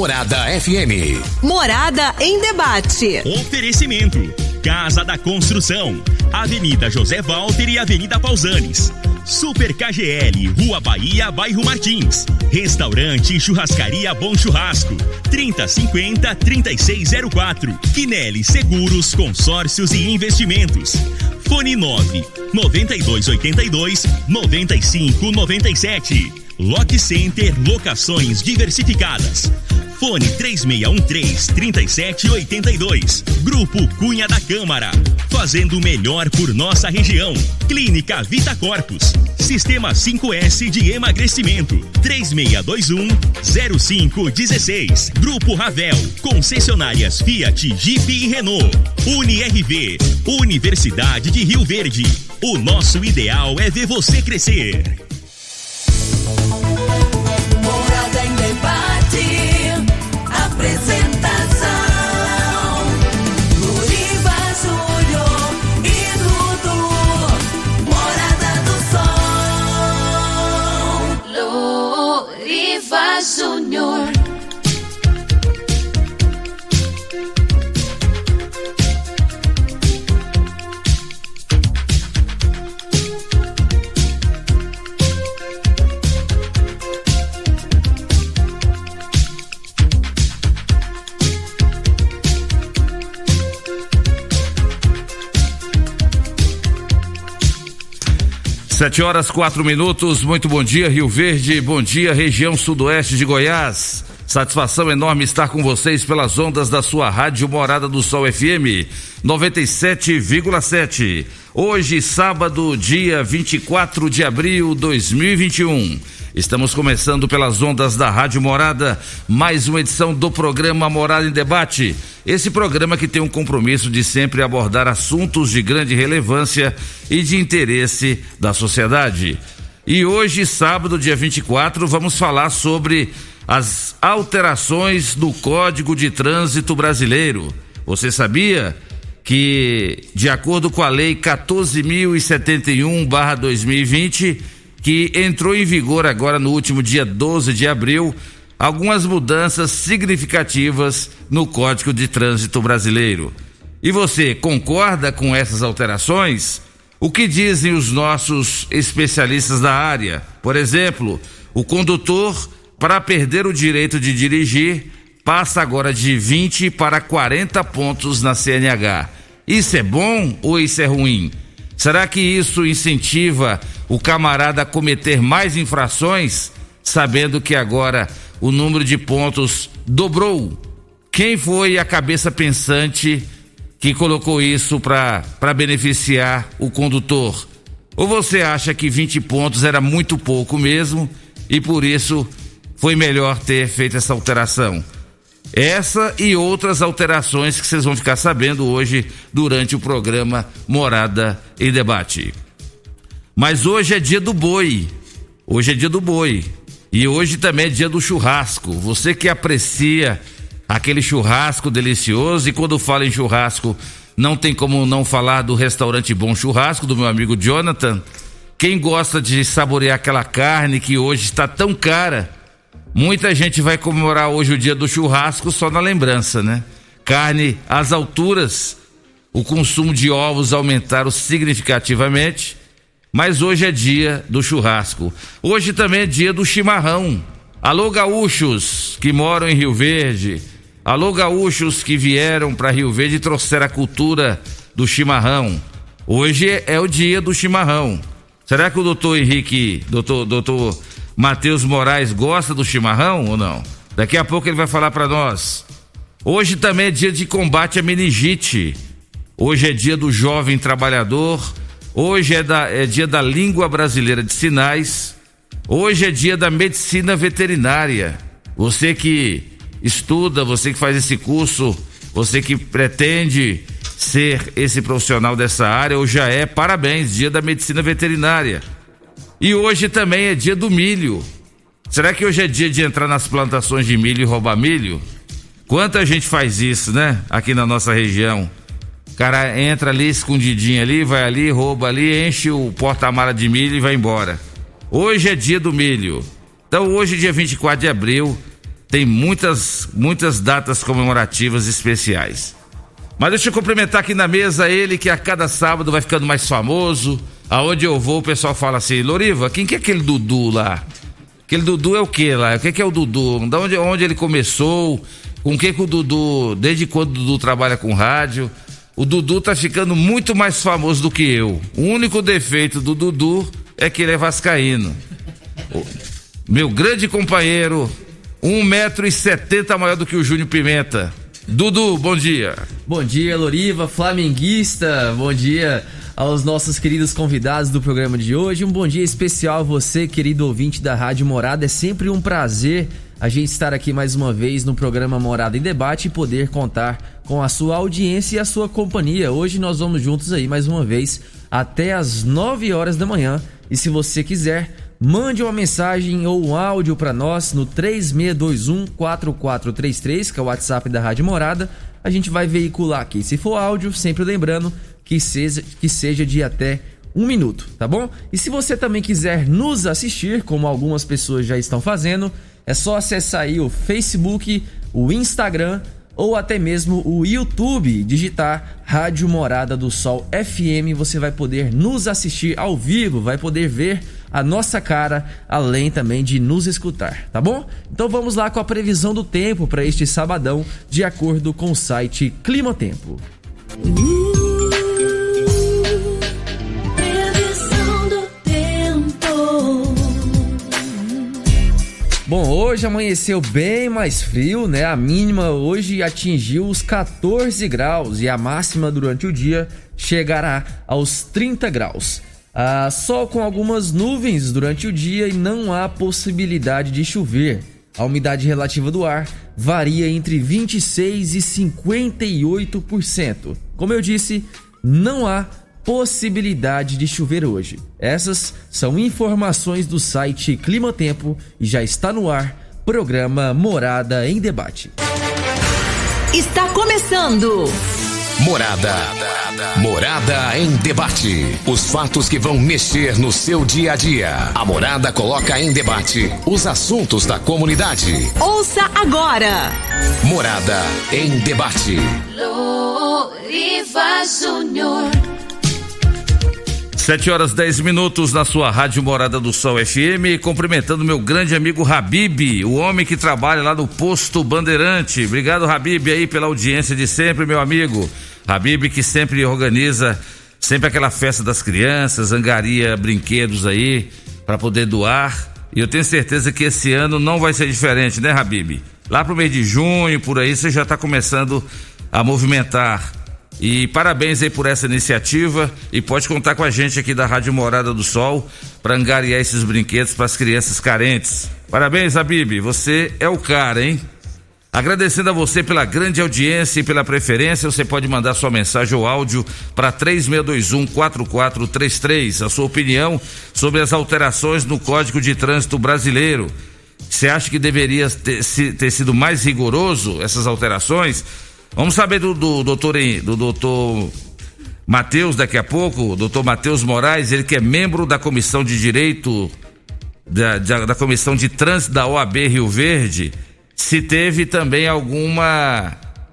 Morada FM. Morada em debate. Oferecimento: Casa da Construção, Avenida José Walter e Avenida Pausanes. Super KGL, Rua Bahia, Bairro Martins. Restaurante e Churrascaria Bom Churrasco, 3050-3604. Quinelli Seguros, Consórcios e Investimentos. Fone 99282-9597. Lock Center Locações Diversificadas. Fone 3613-3782. Grupo Cunha da Câmara. Fazendo o melhor por nossa região. Clínica Vita Corpus. Sistema 5S de emagrecimento. 3621-0516. Grupo Ravel. Concessionárias Fiat, Jeep e Renault. UniRV. Universidade de Rio Verde. O nosso ideal é ver você crescer. Morada em debate. Apresentação: Luriva Júnior e Dudu. Morada do Sol. Luriva Júnior. Sete horas, 4 minutos. Muito bom dia, Rio Verde. Bom dia, região sudoeste de Goiás. Satisfação enorme estar com vocês pelas ondas da sua rádio Morada do Sol FM 97,7. Hoje, sábado, dia 24 de abril de 2021. Estamos começando pelas ondas da Rádio Morada, mais uma edição do programa Morada em Debate. Esse programa que tem um compromisso de sempre abordar assuntos de grande relevância e de interesse da sociedade. E hoje, sábado, dia 24, vamos falar sobre as alterações do Código de Trânsito Brasileiro. Você sabia que, de acordo com a Lei 14.071/2020, que entrou em vigor agora no último dia 12 de abril, algumas mudanças significativas no Código de Trânsito Brasileiro. E você concorda com essas alterações? O que dizem os nossos especialistas da área? Por exemplo, o condutor, para perder o direito de dirigir, passa agora de 20 para 40 pontos na CNH. Isso é bom ou isso é ruim? Será que isso incentiva o camarada a cometer mais infrações, sabendo que agora o número de pontos dobrou? Quem foi a cabeça pensante que colocou isso para beneficiar o condutor? Ou você acha que 20 pontos era muito pouco mesmo e por isso foi melhor ter feito essa alteração? Essa e outras alterações que vocês vão ficar sabendo hoje durante o programa Morada em Debate. Mas hoje é dia do boi. Hoje é dia do boi. E hoje também é dia do churrasco. Você que aprecia aquele churrasco delicioso, e quando fala em churrasco, não tem como não falar do restaurante Bom Churrasco, do meu amigo Jonathan. Quem gosta de saborear aquela carne que hoje está tão cara, muita gente vai comemorar hoje o dia do churrasco só na lembrança, né? Carne às alturas, o consumo de ovos aumentaram significativamente, mas hoje é dia do churrasco. Hoje também é dia do chimarrão. Alô, gaúchos que moram em Rio Verde. Alô, gaúchos que vieram para Rio Verde e trouxeram a cultura do chimarrão. Hoje é o dia do chimarrão. Será que o doutor Henrique, doutor Matheus Moraes gosta do chimarrão ou não? Daqui a pouco ele vai falar para nós. Hoje também é dia de combate à meningite. Hoje é dia do jovem trabalhador. Hoje é dia da língua brasileira de sinais. Hoje é dia da medicina veterinária. Você que estuda, você que faz esse curso, você que pretende ser esse profissional dessa área, hoje já é parabéns, dia da medicina veterinária. E hoje também é dia do milho. Será que hoje é dia de entrar nas plantações de milho e roubar milho? Quanta gente faz isso, né? Aqui na nossa região. O cara entra ali, escondidinho ali, vai ali, rouba ali, enche o porta-mala de milho e vai embora. Hoje é dia do milho. Então hoje, dia 24 de abril, tem muitas datas comemorativas especiais. Mas deixa eu cumprimentar aqui na mesa ele que a cada sábado vai ficando mais famoso. Aonde eu vou o pessoal fala assim: Loriva, quem que é aquele Dudu lá? Aquele Dudu é o que lá? O que é o Dudu? Onde ele começou? Com o que o Dudu, desde quando o Dudu trabalha com rádio? O Dudu tá ficando muito mais famoso do que eu. O único defeito do Dudu é que ele é vascaíno. Meu grande companheiro, 1,70 m maior do que o Júnior Pimenta. Dudu, bom dia. Bom dia, Loriva, flamenguista. Bom dia aos nossos queridos convidados do programa de hoje. Um bom dia especial a você, querido ouvinte da Rádio Morada. É sempre um prazer a gente estar aqui mais uma vez no programa Morada em Debate e poder contar com a sua audiência e a sua companhia. Hoje nós vamos juntos aí mais uma vez até às 9 horas da manhã. E se você quiser, mande uma mensagem ou um áudio para nós no 3621-4433, que é o WhatsApp da Rádio Morada. A gente vai veicular aqui. Se for áudio, sempre lembrando que seja de até 1 minuto, tá bom? E se você também quiser nos assistir, como algumas pessoas já estão fazendo, é só acessar aí o Facebook, o Instagram ou até mesmo o YouTube, digitar Rádio Morada do Sol FM, você vai poder nos assistir ao vivo, vai poder ver a nossa cara, além também de nos escutar, tá bom? Então vamos lá com a previsão do tempo para este sabadão, de acordo com o site Climatempo. Bom, hoje amanheceu bem mais frio, né? A mínima hoje atingiu os 14 graus e a máxima durante o dia chegará aos 30 graus. Sol com algumas nuvens durante o dia e não há possibilidade de chover. A umidade relativa do ar varia entre 26% e 58%. Como eu disse, não há possibilidade de chover hoje. Essas são informações do site Climatempo e já está no ar programa Morada em Debate. Está começando Morada em Debate. Os fatos que vão mexer no seu dia a dia. A Morada coloca em debate os assuntos da comunidade. Ouça agora. Morada em Debate. Loriva Júnior. 7h10 na sua Rádio Morada do Sol FM, cumprimentando meu grande amigo Habib, o homem que trabalha lá no Posto Bandeirante. Obrigado, Habib, aí pela audiência de sempre, meu amigo. Habib que sempre organiza sempre aquela festa das crianças, angaria brinquedos aí para poder doar. E eu tenho certeza que esse ano não vai ser diferente, né, Habib? Lá pro mês de junho, por aí, você já está começando a movimentar. E parabéns aí por essa iniciativa e pode contar com a gente aqui da Rádio Morada do Sol para angariar esses brinquedos para as crianças carentes. Parabéns, Habib, você é o cara, hein? Agradecendo a você pela grande audiência e pela preferência, você pode mandar sua mensagem ou áudio para 3621-4433, a sua opinião sobre as alterações no Código de Trânsito Brasileiro. Você acha que deveria ter sido mais rigoroso essas alterações? Vamos saber do doutor Matheus daqui a pouco, doutor Matheus Moraes, ele que é membro da Comissão de Direito, da Comissão de Trânsito da OAB Rio Verde, se teve também alguma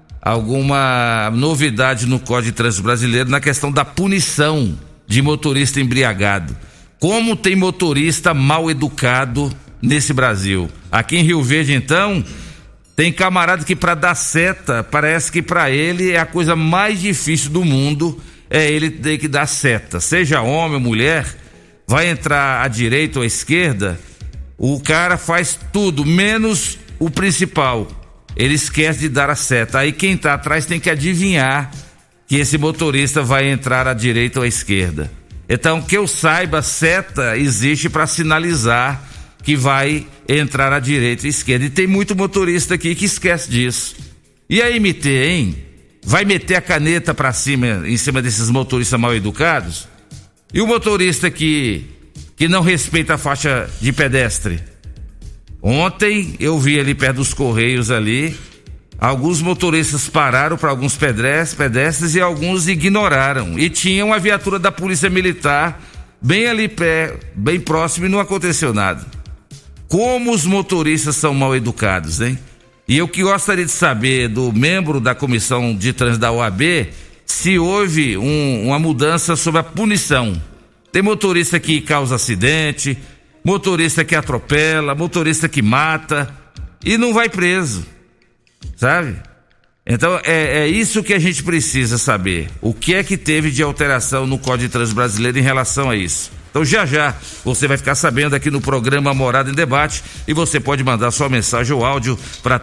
novidade no Código de Trânsito Brasileiro na questão da punição de motorista embriagado. Como tem motorista mal educado nesse Brasil? Aqui em Rio Verde, então, tem camarada que para dar seta, parece que para ele é a coisa mais difícil do mundo, é ele ter que dar seta. Seja homem ou mulher, vai entrar à direita ou à esquerda, o cara faz tudo, menos o principal. Ele esquece de dar a seta. Aí quem tá atrás tem que adivinhar que esse motorista vai entrar à direita ou à esquerda. Então, que eu saiba, seta existe para sinalizar que vai entrar à direita e à esquerda. E tem muito motorista aqui que esquece disso. E aí, MT, hein? Vai meter a caneta pra cima, em cima desses motoristas mal educados? E o motorista que não respeita a faixa de pedestre? Ontem eu vi ali perto dos Correios ali, alguns motoristas pararam para alguns pedestres e alguns ignoraram. E tinha uma viatura da Polícia Militar bem ali bem próximo e não aconteceu nada. Como os motoristas são mal educados, hein? E eu que gostaria de saber do membro da comissão de trânsito da OAB se houve uma mudança sobre a punição. Tem motorista que causa acidente, motorista que atropela, motorista que mata e não vai preso, sabe? Então é isso que a gente precisa saber. O que é que teve de alteração no Código de Trânsito Brasileiro em relação a isso? Então já você vai ficar sabendo aqui no programa Morada em Debate e você pode mandar sua mensagem ou áudio para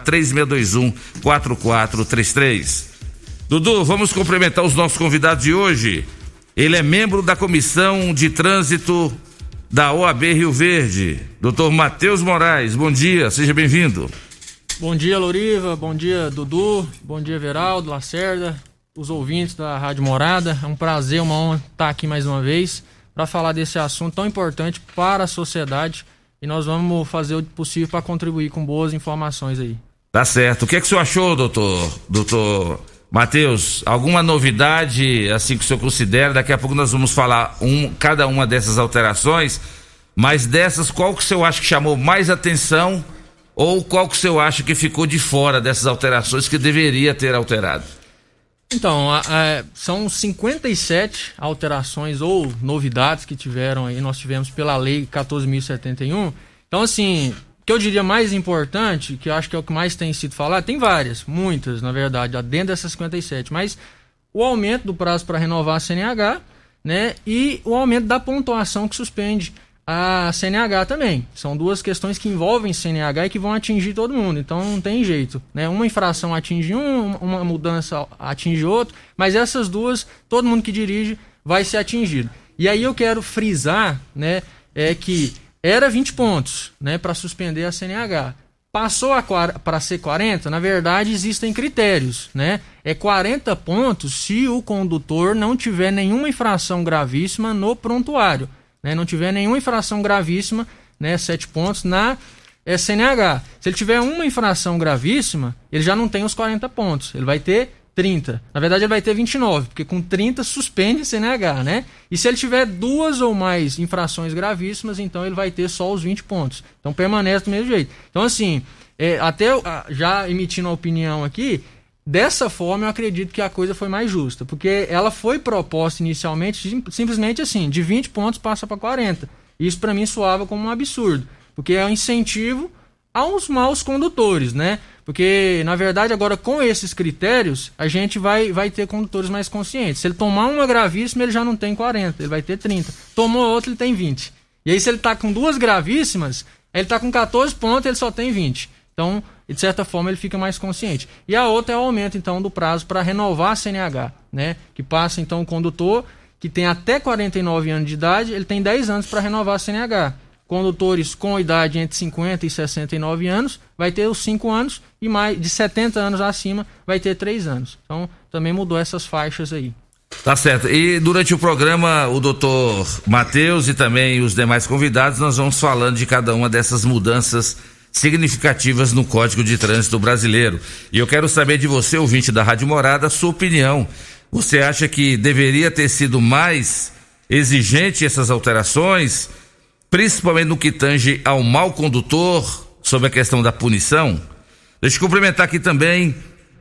3621-4433. Dudu, vamos cumprimentar os nossos convidados de hoje. Ele é membro da Comissão de Trânsito da OAB Rio Verde, Dr. Matheus Moraes. Bom dia, seja bem-vindo. Bom dia, Loriva, bom dia, Dudu, bom dia, Everaldo, Lacerda, os ouvintes da Rádio Morada. É um prazer, uma honra estar aqui mais uma vez para falar desse assunto tão importante para a sociedade e nós vamos fazer o possível para contribuir com boas informações aí. Tá certo. O que é que o senhor achou, doutor Matheus? Alguma novidade assim que o senhor considera? Daqui a pouco nós vamos falar cada uma dessas alterações, mas dessas, qual que o senhor acha que chamou mais atenção ou qual que o senhor acha que ficou de fora dessas alterações que deveria ter alterado? Então, são 57 alterações ou novidades que nós tivemos pela Lei 14.071. Então, assim, o que eu diria mais importante, que eu acho que é o que mais tem sido falado, tem várias, muitas, na verdade, dentro dessas 57, mas o aumento do prazo para renovar a CNH, né, e o aumento da pontuação que suspende a CNH também. São duas questões que envolvem CNH e que vão atingir todo mundo, então não tem jeito, né? Uma infração atinge uma mudança atinge outro, mas essas duas, todo mundo que dirige vai ser atingido. E aí eu quero frisar, né, que era 20 pontos, né, para suspender a CNH. Passou para ser 40, na verdade existem critérios, né? É 40 pontos se o condutor não tiver nenhuma infração gravíssima no prontuário. Né, não tiver nenhuma infração gravíssima, né, 7 pontos na CNH. Se ele tiver uma infração gravíssima, ele já não tem os 40 pontos, ele vai ter 30. Na verdade, ele vai ter 29, porque com 30 suspende a CNH, né? E se ele tiver duas ou mais infrações gravíssimas, então ele vai ter só os 20 pontos. Então permanece do mesmo jeito. Então, assim, já emitindo a opinião aqui, dessa forma eu acredito que a coisa foi mais justa, porque ela foi proposta inicialmente simplesmente assim, de 20 pontos passa para 40. Isso para mim soava como um absurdo, porque é um incentivo aos maus condutores, né? Porque, na verdade, agora com esses critérios, a gente vai ter condutores mais conscientes. Se ele tomar uma gravíssima, ele já não tem 40, ele vai ter 30. Tomou outra, ele tem 20. E aí, se ele tá com duas gravíssimas, ele tá com 14 pontos, ele só tem 20. Então, de certa forma, ele fica mais consciente. E a outra é o aumento, então, do prazo para renovar a CNH, né? Que passa, então, o condutor que tem até 49 anos de idade, ele tem 10 anos para renovar a CNH. Condutores com idade entre 50 e 69 anos vai ter os 5 anos e mais de 70 anos acima vai ter 3 anos. Então, também mudou essas faixas aí. Tá certo. E durante o programa, o doutor Matheus e também os demais convidados, nós vamos falando de cada uma dessas mudanças significativas no Código de Trânsito Brasileiro. E eu quero saber de você, ouvinte da Rádio Morada, a sua opinião. Você acha que deveria ter sido mais exigente essas alterações, principalmente no que tange ao mau condutor, sobre a questão da punição? Deixa eu cumprimentar aqui também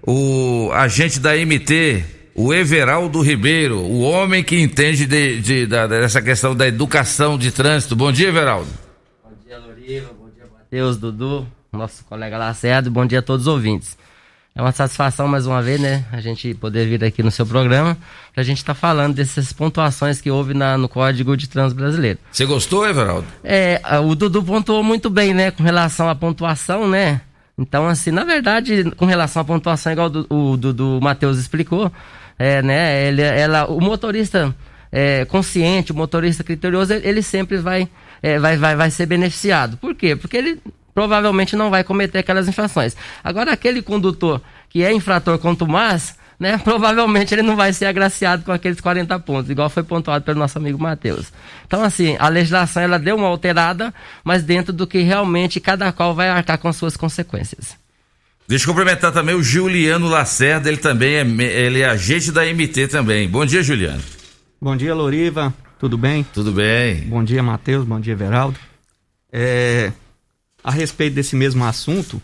o agente da MT, o Everaldo Ribeiro, o homem que entende dessa questão da educação de trânsito. Bom dia, Everaldo. Bom dia, Loriva. Bom dia, Matheus, Dudu, nosso colega Lacerda. Bom dia a todos os ouvintes. É uma satisfação mais uma vez, né, a gente poder vir aqui no seu programa pra gente estar falando dessas pontuações que houve no Código de Trânsito Brasileiro. Você gostou, Everaldo? O Dudu pontuou muito bem, né, com relação à pontuação, né? Então, assim, na verdade, com relação à pontuação, igual o Dudu Matheus explicou, né, o motorista consciente, o motorista criterioso, ele sempre vai ser beneficiado. Por quê? Porque ele provavelmente não vai cometer aquelas infrações. Agora, aquele condutor que é infrator contumaz, né, provavelmente ele não vai ser agraciado com aqueles 40 pontos, igual foi pontuado pelo nosso amigo Matheus. Então, assim, a legislação ela deu uma alterada, mas dentro do que realmente cada qual vai arcar com suas consequências. Deixa eu cumprimentar também o Juliano Lacerda, ele também é agente da MT também. Bom dia, Juliano. Bom dia, Loriva. Tudo bem? Tudo bem. Bom dia, Matheus. Bom dia, Everaldo. a respeito desse mesmo assunto,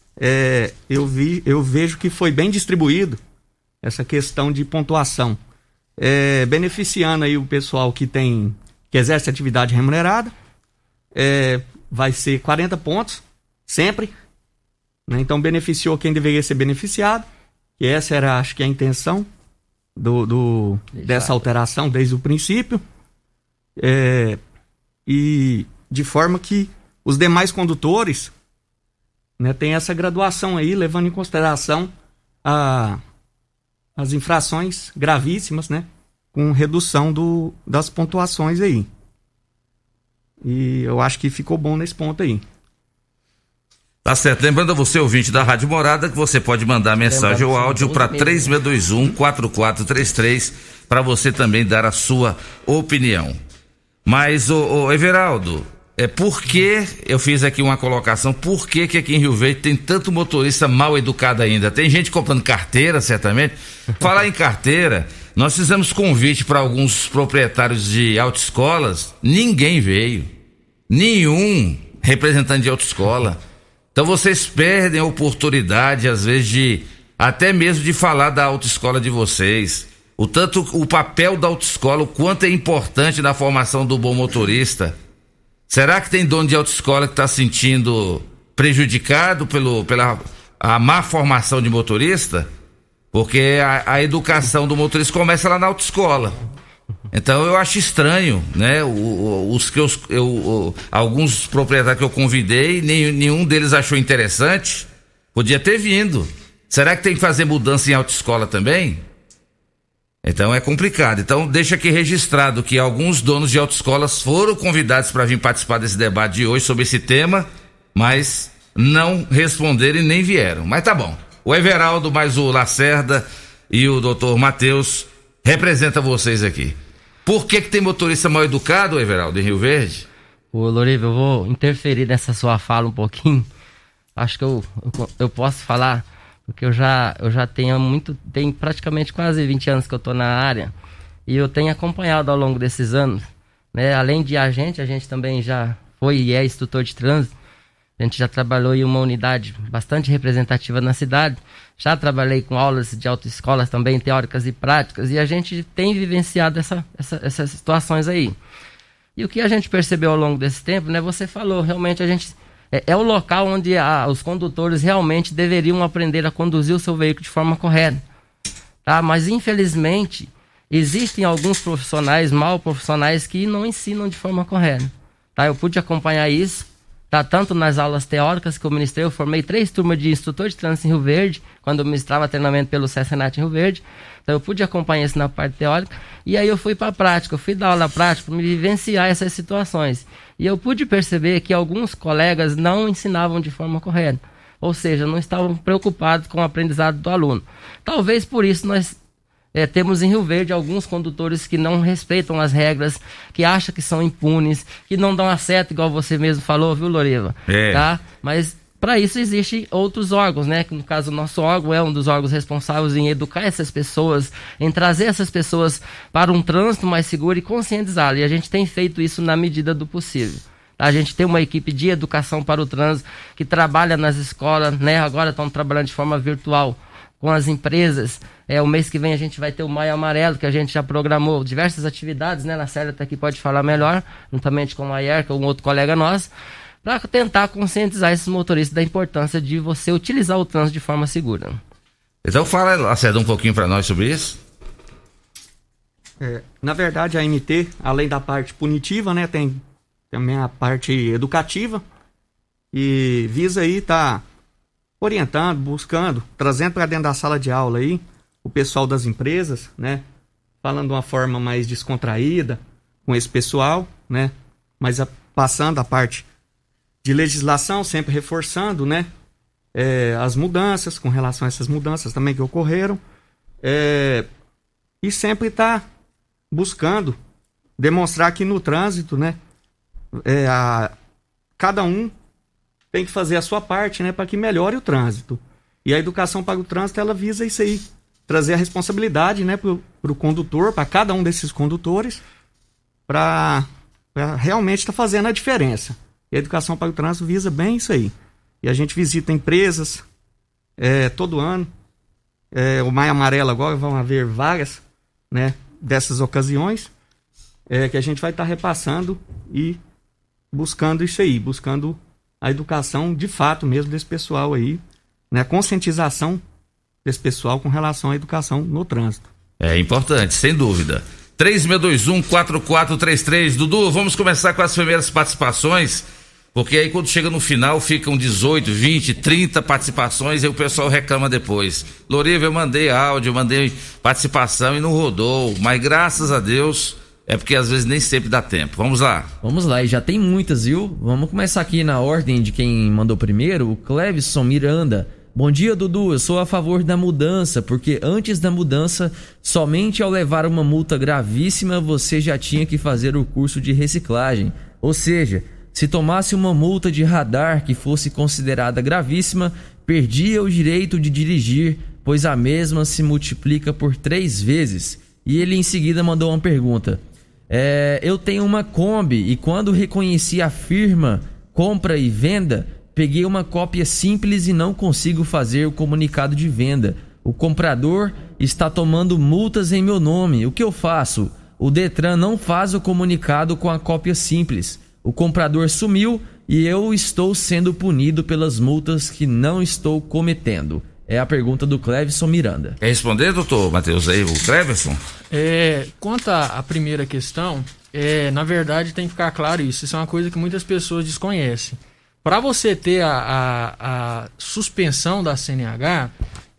eu vejo que foi bem distribuído essa questão de pontuação, beneficiando aí o pessoal que exerce atividade remunerada, vai ser 40 pontos, sempre, né? Então beneficiou quem deveria ser beneficiado, e essa era, acho que, a intenção dessa alteração desde o princípio, e de forma que os demais condutores, né, têm essa graduação aí, levando em consideração as infrações gravíssimas, né, com redução das pontuações aí. E eu acho que ficou bom nesse ponto aí. Tá certo. Lembrando a você, ouvinte da Rádio Morada, que você pode mandar mensagem ou áudio para 3621-4433 para você também dar a sua opinião. Mas, ô Everaldo, por que eu fiz aqui uma colocação, por que aqui em Rio Verde tem tanto motorista mal educado ainda? Tem gente comprando carteira, certamente. Falar em carteira, nós fizemos convite para alguns proprietários de autoescolas, ninguém veio. Nenhum representante de autoescola. Então vocês perdem a oportunidade, às vezes, até mesmo de falar da autoescola de vocês. O papel da autoescola, o quanto é importante na formação do bom motorista. Será que tem dono de autoescola que está se sentindo prejudicado pela má formação de motorista? Porque a educação do motorista começa lá na autoescola. Então eu acho estranho, né? Alguns proprietários que eu convidei, nenhum deles achou interessante. Podia ter vindo. Será que tem que fazer mudança em autoescola também? Então é complicado. Então deixa aqui registrado que alguns donos de autoescolas foram convidados para vir participar desse debate de hoje sobre esse tema, mas não responderam e nem vieram. Mas tá bom. O Everaldo, mais o Lacerda e o doutor Matheus representa vocês aqui. Por que tem motorista mal educado, Everaldo, em Rio Verde? Ô, Loriva, eu vou interferir nessa sua fala um pouquinho. Acho que eu posso falar, porque eu já tem praticamente quase 20 anos que eu tô na área, e eu tenho acompanhado ao longo desses anos, né? Além de a gente também já foi e é instrutor de trânsito. A gente já trabalhou em uma unidade bastante representativa na cidade. Já trabalhei com aulas de autoescolas também, teóricas e práticas, e a gente tem vivenciado essas situações aí. E o que a gente percebeu ao longo desse tempo, né? Você falou, realmente a gente é o local onde os condutores realmente deveriam aprender a conduzir o seu veículo de forma correta, tá? Mas infelizmente existem alguns mal profissionais que não ensinam de forma correta, tá? Eu pude acompanhar isso, tá? Tanto nas aulas teóricas que eu ministrei, eu formei 3 turmas de instrutor de trânsito em Rio Verde, quando eu ministrava treinamento pelo CESENAT em Rio Verde. Então eu pude acompanhar isso na parte teórica, e aí eu fui para a prática, eu fui dar aula prática para me vivenciar essas situações. E eu pude perceber que alguns colegas não ensinavam de forma correta, ou seja, não estavam preocupados com o aprendizado do aluno. Talvez por isso nós temos em Rio Verde alguns condutores que não respeitam as regras, que acham que são impunes, que não dão a seta, igual você mesmo falou, viu, Loriva? Tá? Mas para isso existem outros órgãos, né? Que no caso o nosso órgão é um dos órgãos responsáveis em educar essas pessoas, em trazer essas pessoas para um trânsito mais seguro e conscientizá-las. E a gente tem feito isso na medida do possível. A gente tem uma equipe de educação para o trânsito que trabalha nas escolas, né? Agora estão trabalhando de forma virtual com as empresas. O mês que vem a gente vai ter o Maio Amarelo, que a gente já programou diversas atividades, né? Na Célia até aqui pode falar melhor, juntamente com o Maier, que é um outro colega nosso, para tentar conscientizar esses motoristas da importância de você utilizar o trânsito de forma segura. Então fala, Lacerda, um pouquinho para nós sobre isso. Na verdade, a MT, além da parte punitiva, né, tem também a parte educativa, e visa aí tá orientando, buscando, trazendo para dentro da sala de aula aí o pessoal das empresas, né, falando de uma forma mais descontraída com esse pessoal, né, mas passando a parte de legislação, sempre reforçando, né, as mudanças, com relação a essas mudanças também que ocorreram, e sempre tá buscando demonstrar que no trânsito, né, cada um tem que fazer a sua parte, né, para que melhore o trânsito. E a educação para o trânsito, ela visa isso aí, trazer a responsabilidade, né, para o condutor, para cada um desses condutores, para realmente estar fazendo a diferença. E a educação para o trânsito visa bem isso aí. E a gente visita empresas todo ano. O Maio Amarelo agora vão haver várias, né, dessas ocasiões que a gente vai estar repassando e buscando isso aí, buscando a educação de fato mesmo desse pessoal aí, né, conscientização desse pessoal com relação à educação no trânsito. É importante, sem dúvida. 3621-4433. Dudu, vamos começar com as primeiras participações, porque aí quando chega no final ficam 18, 20, 30 participações e o pessoal reclama depois. Loriva, eu mandei áudio, mandei participação e não rodou, mas graças a Deus é porque às vezes nem sempre dá tempo. Vamos lá. Vamos lá, e já tem muitas, viu? Vamos começar aqui na ordem de quem mandou primeiro, o Clevison Miranda. Bom dia, Dudu, eu sou a favor da mudança, porque antes da mudança, somente ao levar uma multa gravíssima, você já tinha que fazer o curso de reciclagem. Ou seja, se tomasse uma multa de radar que fosse considerada gravíssima, perdia o direito de dirigir, pois a mesma se multiplica por 3 vezes. E ele em seguida mandou uma pergunta. Eu tenho uma Kombi e quando reconheci a firma compra e venda, peguei uma cópia simples e não consigo fazer o comunicado de venda. O comprador está tomando multas em meu nome. O que eu faço? O Detran não faz o comunicado com a cópia simples. O comprador sumiu e eu estou sendo punido pelas multas que não estou cometendo. É a pergunta do Clevison Miranda. Quer responder, doutor Matheus, aí, o Clevison? Quanto à primeira questão, na verdade tem que ficar claro isso. Isso é uma coisa que muitas pessoas desconhecem. Para você ter a suspensão da CNH,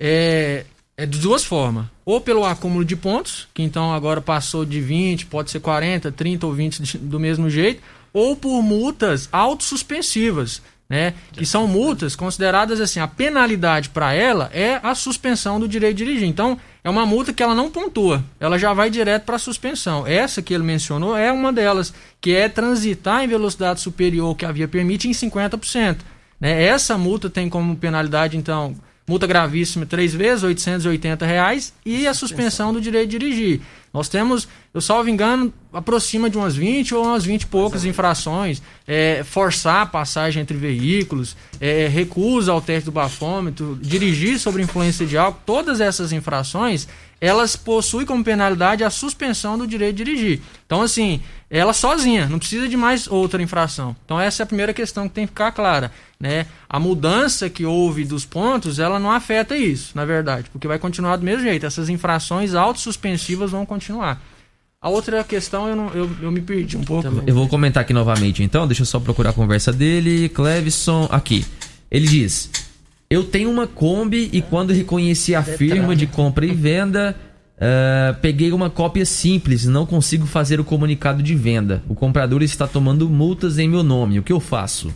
é de 2 formas. Ou pelo acúmulo de pontos, que então agora passou de 20, pode ser 40, 30 ou 20 do mesmo jeito, ou por multas autossuspensivas, né? Que são multas consideradas assim, a penalidade para ela é a suspensão do direito de dirigir. Então, é uma multa que ela não pontua, ela já vai direto para a suspensão. Essa que ele mencionou é uma delas, que é transitar em velocidade superior que a via permite em 50%. Né? Essa multa tem como penalidade, então, multa gravíssima 3 vezes, R$880, e a suspensão do direito de dirigir. Nós temos, eu salvo engano, aproxima de umas 20 ou umas 20 e poucas infrações, forçar a passagem entre veículos, recusa ao teste do bafômetro, dirigir sob influência de álcool, todas essas infrações, elas possuem como penalidade a suspensão do direito de dirigir. Então, assim, ela sozinha, não precisa de mais outra infração. Então, essa é a primeira questão que tem que ficar clara, né? A mudança que houve dos pontos, ela não afeta isso, na verdade, porque vai continuar do mesmo jeito. Essas infrações autossuspensivas vão continuar. A outra questão, eu me perdi um pouco. Eu vou comentar aqui novamente, então, deixa eu só procurar a conversa dele. Clevison, aqui. Ele diz... Eu tenho uma Kombi e quando reconheci a firma de compra e venda, peguei uma cópia simples e não consigo fazer o comunicado de venda. O comprador está tomando multas em meu nome. O que eu faço?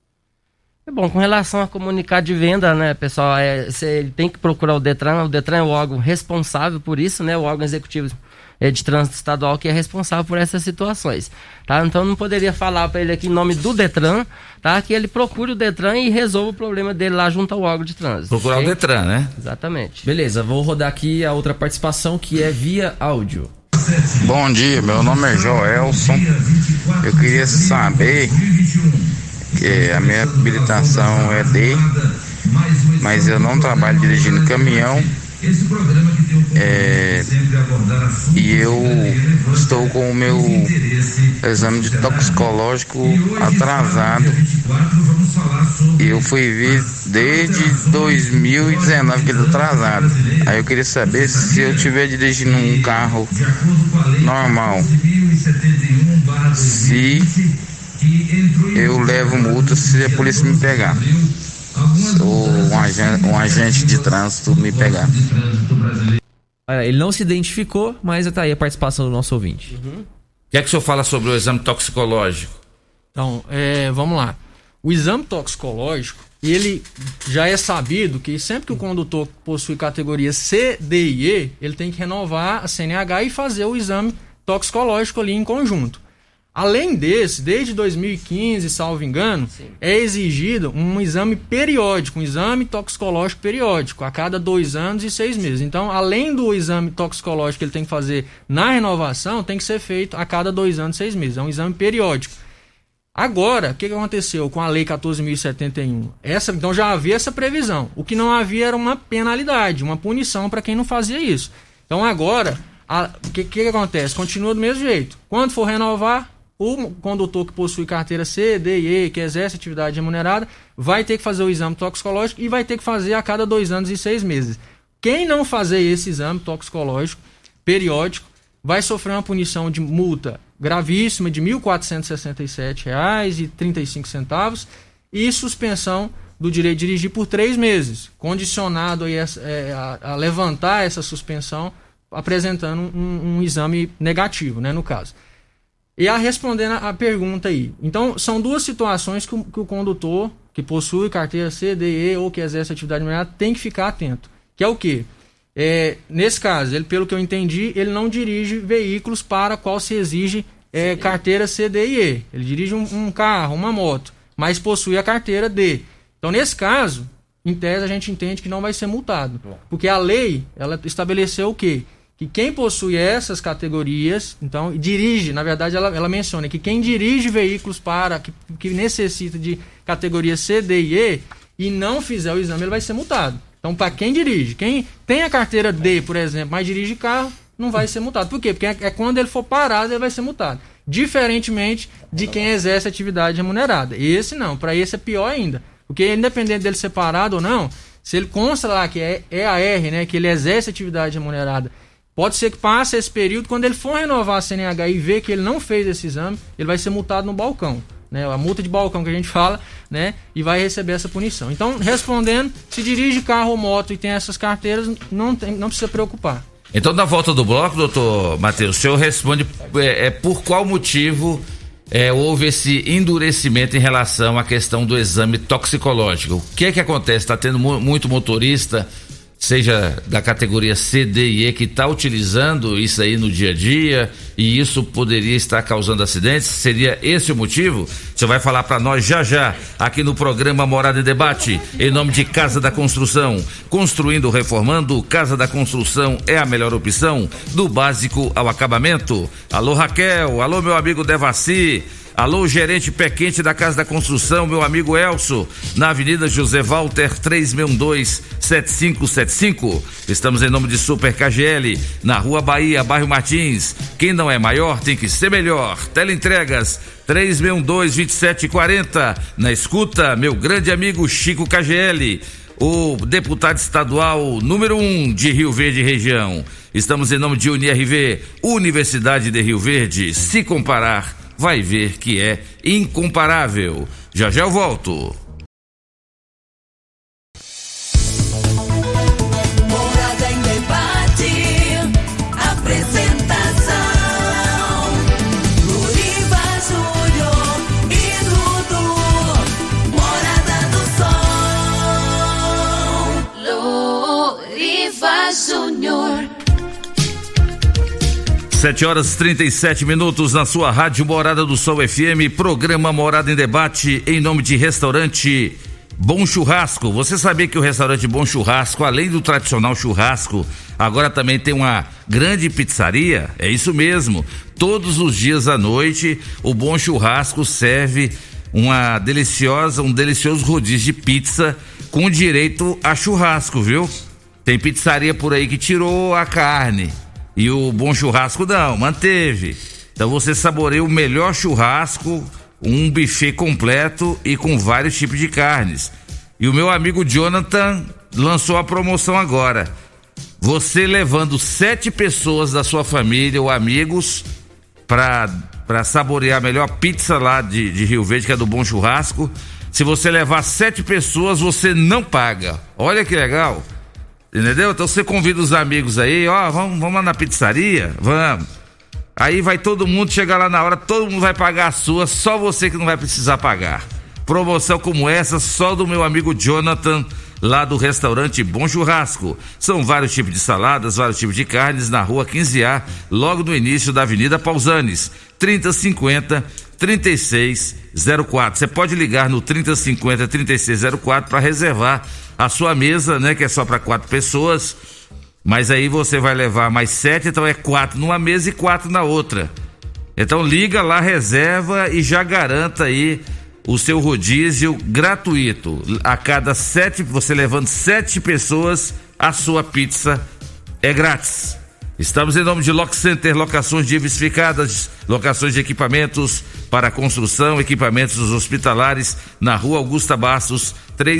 Bom, com relação a comunicado de venda, né, pessoal, você tem que procurar o Detran. O Detran é o órgão responsável por isso, né, o órgão executivo de trânsito estadual que é responsável por essas situações, tá? Então não poderia falar para ele aqui em nome do Detran, tá? Que ele procure o Detran e resolva o problema dele lá junto ao órgão de trânsito. Procurar o Detran, né? Exatamente. Beleza, vou rodar aqui a outra participação que é via áudio. Bom dia, meu nome é Joelson. Eu queria saber que a minha habilitação é D, mas eu não trabalho dirigindo caminhão. E eu estou com o meu exame de toxicológico atrasado. E eu fui vir desde 2019 que ele está atrasado. Aí eu queria saber se eu estiver dirigindo um carro normal, se eu levo multa se a polícia me pegar. Ou um agente de trânsito me pegar. Ele não se identificou, mas tá aí a participação do nosso ouvinte. O que é que o senhor fala sobre o exame toxicológico? Então, vamos lá. O exame toxicológico, ele já é sabido que sempre que o condutor possui categoria C, D e E, ele tem que renovar a CNH e fazer o exame toxicológico ali em conjunto. Além desse, desde 2015, salvo engano, é exigido um exame periódico, um exame toxicológico periódico, a cada 2 anos e 6 meses. Então, além do exame toxicológico que ele tem que fazer na renovação, tem que ser feito a cada 2 anos e 6 meses. É um exame periódico. Agora, o que aconteceu com a Lei 14.071? Então já havia essa previsão. O que não havia era uma penalidade, uma punição para quem não fazia isso. Então agora, o que acontece? Continua do mesmo jeito. Quando for renovar, o condutor que possui carteira C, D e E, que exerce atividade remunerada, vai ter que fazer o exame toxicológico e vai ter que fazer a cada 2 anos e 6 meses. Quem não fazer esse exame toxicológico periódico vai sofrer uma punição de multa gravíssima de R$ 1.467,35 e suspensão do direito de dirigir por 3 meses, condicionado aí a levantar essa suspensão apresentando um exame negativo, né, no caso. E respondendo a pergunta aí. Então, são 2 situações que o condutor que possui carteira C, D e E ou que exerce atividade remunerada tem que ficar atento. Que é o quê? Nesse caso, ele, pelo que eu entendi, ele não dirige veículos para qual se exige carteira C, D e E. Ele dirige um carro, uma moto, mas possui a carteira D. Então, nesse caso, em tese, a gente entende que não vai ser multado. Porque a lei, ela estabeleceu o quê? Que quem possui essas categorias, então, dirige, na verdade, ela menciona que quem dirige veículos que necessita de categoria C, D e E não fizer o exame, ele vai ser multado. Então, para quem dirige, quem tem a carteira D, por exemplo, mas dirige carro, não vai ser multado. Por quê? Porque quando ele for parado, ele vai ser multado. Diferentemente de quem exerce atividade remunerada. Esse não, para esse é pior ainda. Porque independente dele ser parado ou não, se ele consta lá que é EAR, né, que ele exerce atividade remunerada, pode ser que passe esse período, quando ele for renovar a CNH e ver que ele não fez esse exame, ele vai ser multado no balcão. Né, a multa de balcão que a gente fala, né, e vai receber essa punição. Então, respondendo, se dirige carro ou moto e tem essas carteiras, não precisa preocupar. Então, na volta do bloco, doutor Matheus, o senhor responde por qual motivo houve esse endurecimento em relação à questão do exame toxicológico. O que é que acontece? Está tendo muito motorista, seja da categoria C, D e E, que está utilizando isso aí no dia a dia e isso poderia estar causando acidentes? Seria esse o motivo? Você vai falar para nós já aqui no programa Morada em Debate, em nome de Casa da Construção. Construindo, reformando, Casa da Construção é a melhor opção, do básico ao acabamento. Alô, Raquel, alô, meu amigo Devassi. Alô, gerente pé quente da Casa da Construção, meu amigo Elso, na Avenida José Walter, 3612-7575. Estamos em nome de Super KGL, na Rua Bahia, bairro Martins. Quem não é maior tem que ser melhor. Teleentregas 3612-2740. Na escuta, meu grande amigo Chico KGL, o deputado estadual número 1 de Rio Verde região. Estamos em nome de UniRV, Universidade de Rio Verde. Se comparar, vai ver que é incomparável. Já eu volto. Morada em Debate. Apresentação: Luriva Júnior e Dudu. Morada do Sol. Luriva Júnior. 7h37 na sua rádio Morada do Sol FM, programa Morada em Debate, em nome de Restaurante Bom Churrasco. Você sabia que o Restaurante Bom Churrasco, além do tradicional churrasco, agora também tem uma grande pizzaria? É isso mesmo. Todos os dias à noite, o Bom Churrasco serve um delicioso rodízio de pizza com direito a churrasco, viu? Tem pizzaria por aí que tirou a carne. E o Bom Churrasco não, manteve. Então você saboreia o melhor churrasco, um buffet completo e com vários tipos de carnes. E o meu amigo Jonathan lançou a promoção agora. Você levando 7 pessoas da sua família ou amigos para saborear a melhor pizza lá de Rio Verde, que é do Bom Churrasco. Se você levar 7 pessoas, você não paga. Olha que legal. Entendeu? Então você convida os amigos aí, vamos lá na pizzaria? Vamos. Aí vai todo mundo, chegar lá na hora, todo mundo vai pagar a sua, só você que não vai precisar pagar. Promoção como essa, só do meu amigo Jonathan, lá do restaurante Bom Churrasco. São vários tipos de saladas, vários tipos de carnes, na rua 15A, logo no início da Avenida Pausanes, 3050-3604. Você pode ligar no 3050-3604 para reservar a sua mesa, né, que é só para 4 pessoas, mas aí você vai levar mais 7, então é 4 numa mesa e 4 na outra. Então liga lá, reserva e já garanta aí o seu rodízio gratuito. A cada 7, você levando 7 pessoas, a sua pizza é grátis. Estamos em nome de Lock Center, locações diversificadas, locações de equipamentos para construção, equipamentos hospitalares, na Rua Augusta Bastos,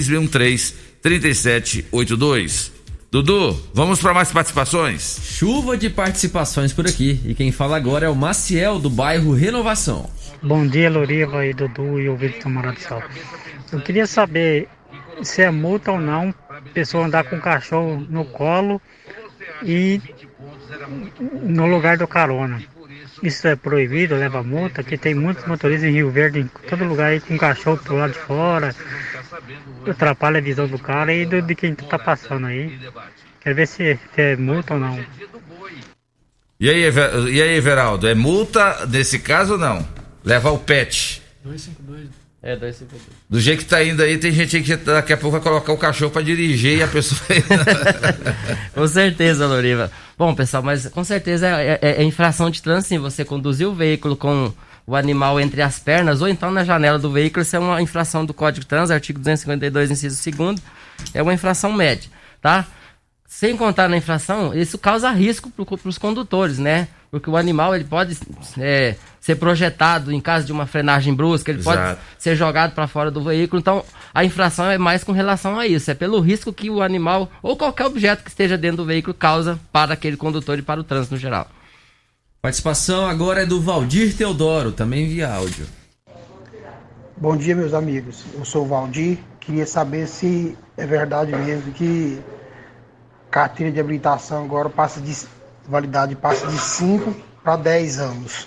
3613-3782. Dudu, vamos para mais participações? Chuva de participações por aqui. E quem fala agora é o Maciel, do bairro Renovação. Bom dia, Loriva e Dudu e o Victor Morado Sol. Eu queria saber se é multa ou não pessoa andar com o cachorro no colo e no lugar do carona. Isso é proibido, leva multa, que tem muitos motoristas em Rio Verde, em todo lugar aí com o cachorro pro lado de fora, atrapalha a visão do cara e de quem tá passando aí. Quero ver se é multa ou não. E aí, Everaldo, é multa nesse caso ou não? Levar o pet. 252. 252. Do jeito que tá indo aí, tem gente aí que daqui a pouco vai colocar o cachorro pra dirigir e a pessoa... Com certeza, Loriva. Bom, pessoal, mas com certeza é infração de trânsito, sim. Você conduzir o veículo com o animal entre as pernas ou então na janela do veículo, isso é uma infração do Código de Trânsito, artigo 252, inciso 2º, é uma infração média, tá? Sem contar na infração, isso causa risco para os condutores, né? Porque o animal ele pode ser projetado em caso de uma frenagem brusca, ele Exato. pode ser jogado para fora do veículo. Então, a infração é mais com relação a isso, é pelo risco que o animal ou qualquer objeto que esteja dentro do veículo causa para aquele condutor e para o trânsito no geral. Participação agora é do Valdir Teodoro, também via áudio. Bom dia, meus amigos. Eu sou o Valdir. Queria saber se é verdade mesmo que carteira de habilitação agora validade passa de 5 para 10 anos.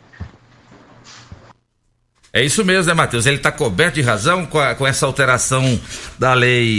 É isso mesmo, né, Matheus? Ele está coberto de razão com essa alteração da lei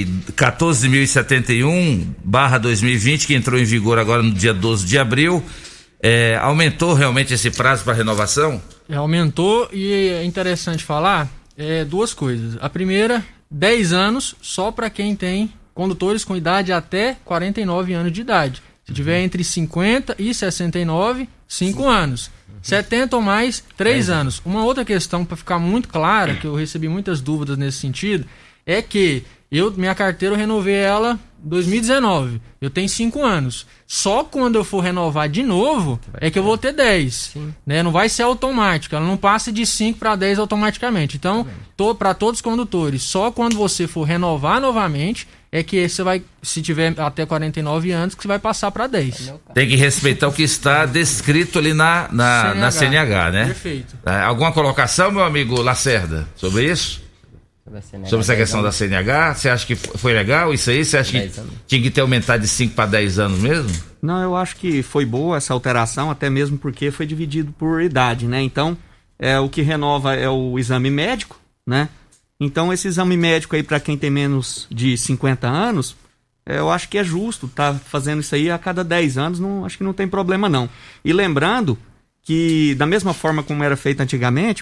14.071/2020, que entrou em vigor agora no dia 12 de abril. Aumentou realmente esse prazo para renovação? Aumentou, e é interessante falar duas coisas. A primeira, 10 anos só para quem tem condutores com idade até 49 anos de idade. Se tiver entre 50 e 69, 5 anos. 70 ou mais, 3 anos. Uma outra questão, para ficar muito clara, que eu recebi muitas dúvidas nesse sentido, é que minha carteira eu renovei ela em 2019. Eu tenho 5 anos. Só quando eu for renovar de novo é que eu vou ter 10. Né? Não vai ser automático. Ela não passa de 5 para 10 automaticamente. Então, para todos os condutores, só quando você for renovar novamente é que você vai, se tiver até 49 anos, que você vai passar para 10. Tem que respeitar o que está descrito ali na CNH, né? Perfeito. Alguma colocação, meu amigo Lacerda, sobre isso? Sobre essa questão da CNH, você acha que foi legal isso aí? Você acha que tinha que ter aumentado de 5 para 10 anos mesmo? Não, eu acho que foi boa essa alteração, até mesmo porque foi dividido por idade, né? Então, o que renova é o exame médico, né? Então, esse exame médico aí para quem tem menos de 50 anos, eu acho que é justo tá fazendo isso aí a cada 10 anos, acho que não tem problema não. E lembrando que, da mesma forma como era feito antigamente,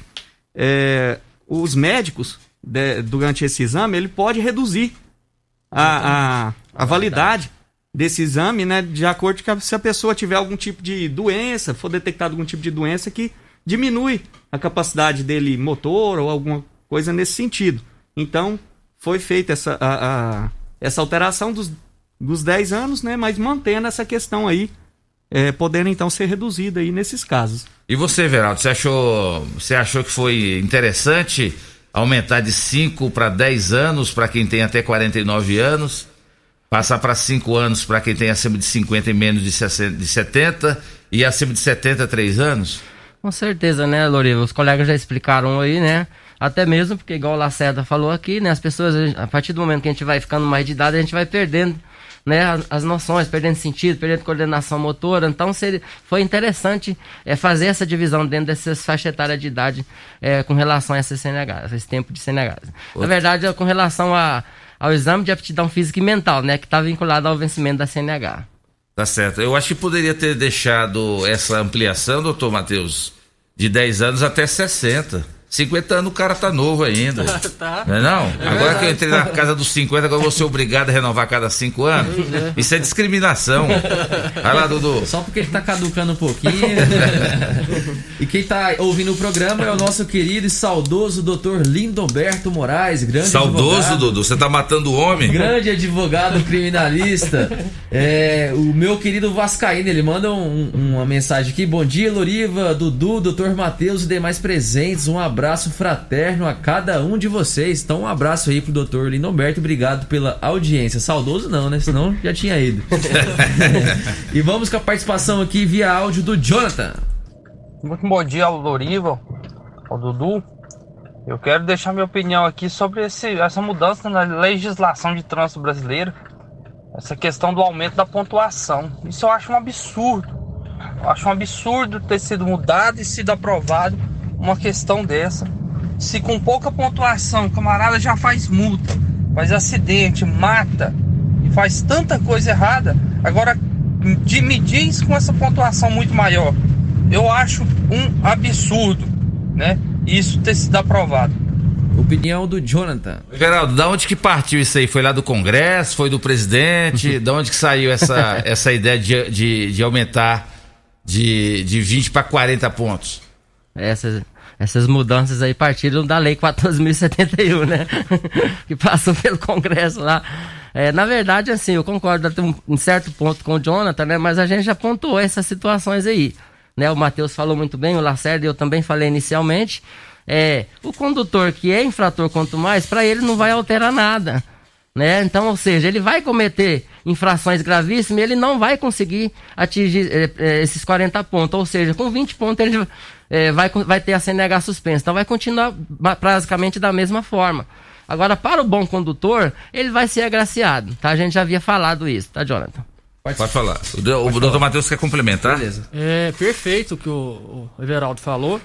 os médicos, durante esse exame, ele pode reduzir a validade desse exame, né, de acordo com se a pessoa tiver algum tipo de doença, for detectado algum tipo de doença que diminui a capacidade dele motor ou alguma coisa nesse sentido. Então, foi feita essa alteração dos 10 anos, né, mas mantendo essa questão aí, podendo então ser reduzida aí nesses casos. E você, Veraldo, você achou que foi interessante aumentar de 5 para 10 anos para quem tem até 49 anos, passar para 5 anos para quem tem acima de 50 e menos de 70 e acima de 70, 3 anos? Com certeza, né, Loriva? Os colegas já explicaram aí, né? Até mesmo porque, igual o Lacerda falou aqui, né? As pessoas, a partir do momento que a gente vai ficando mais de idade, a gente vai perdendo, né, as noções, perdendo sentido, perdendo coordenação motora. Então foi interessante fazer essa divisão dentro dessas faixas etárias de idade com relação a esse CNH, esse tempo de CNH. Na verdade, com relação ao exame de aptidão física e mental, né, que está vinculado ao vencimento da CNH. Tá certo. Eu acho que poderia ter deixado essa ampliação, doutor Matheus, de 10 anos até 60. 50 anos o cara tá novo ainda. Tá. Não é não? Agora que eu entrei na casa dos 50, agora eu vou ser obrigado a renovar a cada 5 anos. Isso é discriminação. Vai lá, Dudu. Só porque ele tá caducando um pouquinho. E quem tá ouvindo o programa é o nosso querido e saudoso Dr. Lindomberto Moraes, grande saudoso, advogado. Dudu, você tá matando o homem. Grande advogado criminalista. O meu querido Vascaíno, ele manda uma mensagem aqui. Bom dia, Loriva, Dudu, Dr. Matheus e demais presentes. Um abraço fraterno a cada um de vocês. Então um abraço aí pro Dr. Lindomberto. Obrigado pela audiência. Saudoso não, né? Senão já tinha ido. E vamos com a participação aqui via áudio do Jonathan. Muito bom dia ao Loriva, ao Dudu. Eu quero deixar minha opinião aqui sobre essa mudança na legislação de trânsito brasileira. Essa questão do aumento da pontuação. Isso eu acho um absurdo. Eu acho um absurdo ter sido mudado e sido aprovado uma questão dessa. Se com pouca pontuação o camarada já faz multa, faz acidente, mata e faz tanta coisa errada, agora me diz com essa pontuação muito maior. Eu acho um absurdo, né? Isso ter sido aprovado. Opinião do Jonathan. Geraldo, da onde que partiu isso aí? Foi lá do Congresso? Foi do presidente? Da onde que saiu essa ideia de aumentar de 20 para 40 pontos? Essas mudanças aí partiram da Lei 14.071, né? Que passou pelo Congresso lá. Na verdade, assim, eu concordo até um certo ponto com o Jonathan, né? Mas a gente já pontuou essas situações aí, né? O Matheus falou muito bem, o Lacerda, eu também falei inicialmente. O condutor que é infrator quanto mais, para ele não vai alterar nada, né? Então, ou seja, ele vai cometer infrações gravíssimas e ele não vai conseguir atingir esses 40 pontos, ou seja, com 20 pontos ele vai ter a CNH suspensa, então vai continuar basicamente da mesma forma. Agora, para o bom condutor, ele vai ser agraciado, tá? A gente já havia falado isso, tá, Jonathan? Pode falar. O doutor Matheus quer complementar? Beleza. Perfeito o que o Everaldo falou.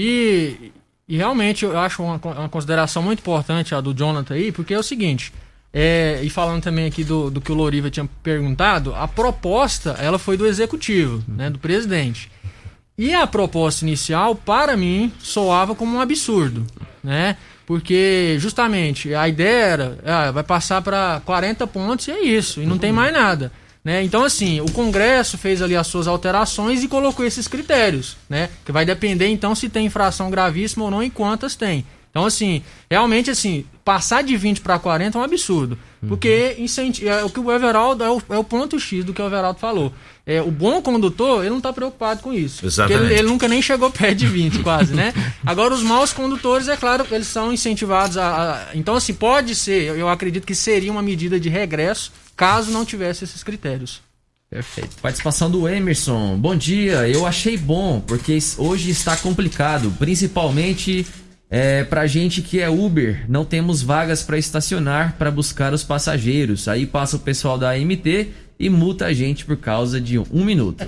E realmente eu acho uma consideração muito importante a do Jonathan aí, porque é o seguinte, e falando também aqui do que o Loriva tinha perguntado, a proposta ela foi do executivo, né, do presidente. E a proposta inicial, para mim, soava como um absurdo, né? Porque justamente a ideia era, vai passar para 40 pontos e é isso, e não tem mais nada. Né? Então, assim, o Congresso fez ali as suas alterações e colocou esses critérios, né? Que vai depender, então, se tem infração gravíssima ou não e quantas tem. Então, assim, realmente, assim, passar de 20 para 40 é um absurdo. Porque o que o Everaldo é o ponto X do que o Everaldo falou. O bom condutor, ele não está preocupado com isso. Exatamente. Porque ele nunca nem chegou perto de 20, quase, né? Agora, os maus condutores, é claro, eles são incentivados Então, assim, pode ser, eu acredito que seria uma medida de regresso caso não tivesse esses critérios. Perfeito. Participação do Emerson. Bom dia, eu achei bom, porque hoje está complicado, principalmente pra gente que é Uber, não temos vagas para estacionar para buscar os passageiros. Aí passa o pessoal da AMT e multa a gente por causa de 1 minuto.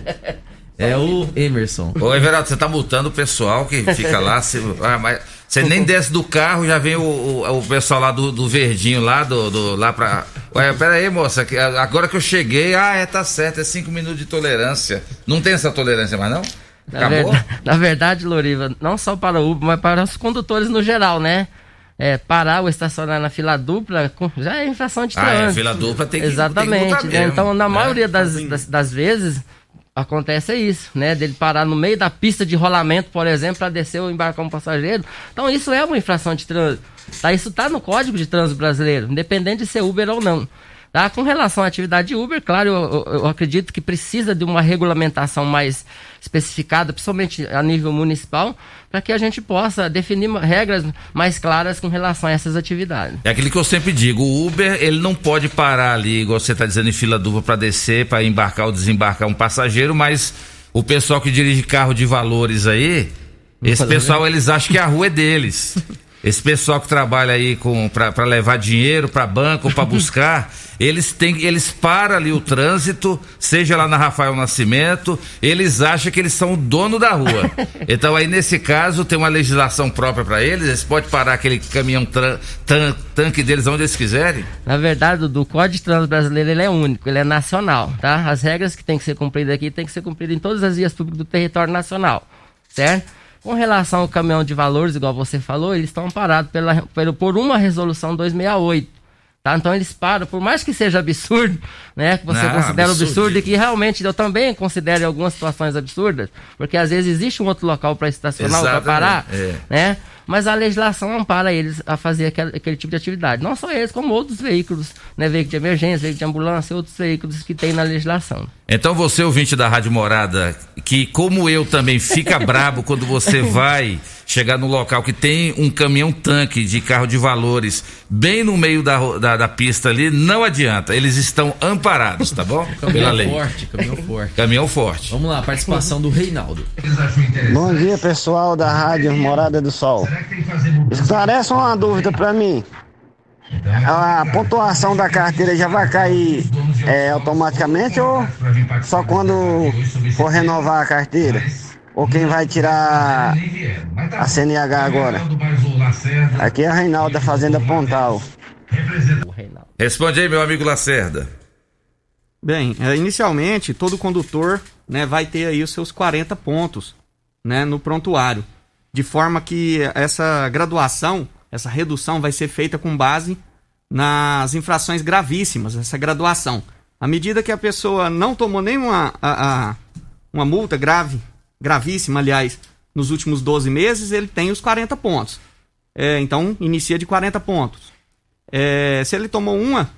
O Emerson. Ô, Everaldo, você tá multando o pessoal que fica lá. Mas você nem desce do carro, já vem o pessoal lá do verdinho lá, lá pra. Ué, pera aí, moça, agora que eu cheguei, tá certo, é 5 minutos de tolerância. Não tem essa tolerância mais, não? Na verdade, Loriva, não só para o Uber, mas para os condutores no geral, né? Parar ou estacionar na fila dupla já é infração de trânsito. Fila dupla tem que Exatamente, tem que né? Então, na maioria das vezes, acontece isso, né? Dele parar no meio da pista de rolamento, por exemplo, para descer ou embarcar um passageiro. Então, isso é uma infração de trânsito. Tá? Isso está no Código de Trânsito Brasileiro, independente de ser Uber ou não. Tá? Com relação à atividade Uber, claro, eu acredito que precisa de uma regulamentação mais especificada, principalmente a nível municipal, para que a gente possa definir regras mais claras com relação a essas atividades. É aquilo que eu sempre digo, o Uber, ele não pode parar ali, igual você está dizendo, em fila dupla para descer, para embarcar ou desembarcar um passageiro, mas o pessoal que dirige carro de valores aí, esse pessoal, eles acham que a rua é deles. Esse pessoal que trabalha aí para levar dinheiro para banco ou para buscar, eles param ali o trânsito, seja lá na Rafael Nascimento, eles acham que eles são o dono da rua. Então aí nesse caso tem uma legislação própria para eles podem parar aquele caminhão tanque deles onde eles quiserem. Na verdade, o Código de Trânsito Brasileiro ele é único, ele é nacional, tá? As regras que tem que ser cumpridas aqui tem que ser cumpridas em todas as vias públicas do território nacional, certo? Com relação ao caminhão de valores, igual você falou, eles estão amparados por uma resolução 268. Tá? Então eles param, por mais que seja absurdo, né? Que você considera absurdo e que realmente eu também considero em algumas situações absurdas, porque às vezes existe um outro local para estacionar ou para parar, né? Mas a legislação ampara eles a fazer aquele tipo de atividade. Não só eles, como outros veículos, né? Veículo de emergência, veículo de ambulância, outros veículos que tem na legislação. Então você, ouvinte da Rádio Morada, que como eu também fica brabo quando você vai chegar no local que tem um caminhão-tanque de carro de valores bem no meio da pista ali, não adianta, eles estão amparados, tá bom? Pela lei. Caminhão forte. Caminhão forte. Vamos lá, participação do Reinaldo. Bom dia, pessoal da Rádio Morada do Sol. Esclarece uma dúvida pra mim. A pontuação da carteira já vai cair automaticamente ou só quando for renovar a carteira? Ou quem vai tirar a CNH agora? Aqui é a Reinaldo da Fazenda Pontal. Responde aí, meu amigo Lacerda. Bem, inicialmente todo condutor, né, vai ter aí os seus 40 pontos, né, no prontuário. De forma que essa graduação, essa redução vai ser feita com base nas infrações gravíssimas, essa graduação. À medida que a pessoa não tomou nenhuma uma multa gravíssima, aliás, nos últimos 12 meses, ele tem os 40 pontos. Então, inicia de 40 pontos. Se ele tomou uma,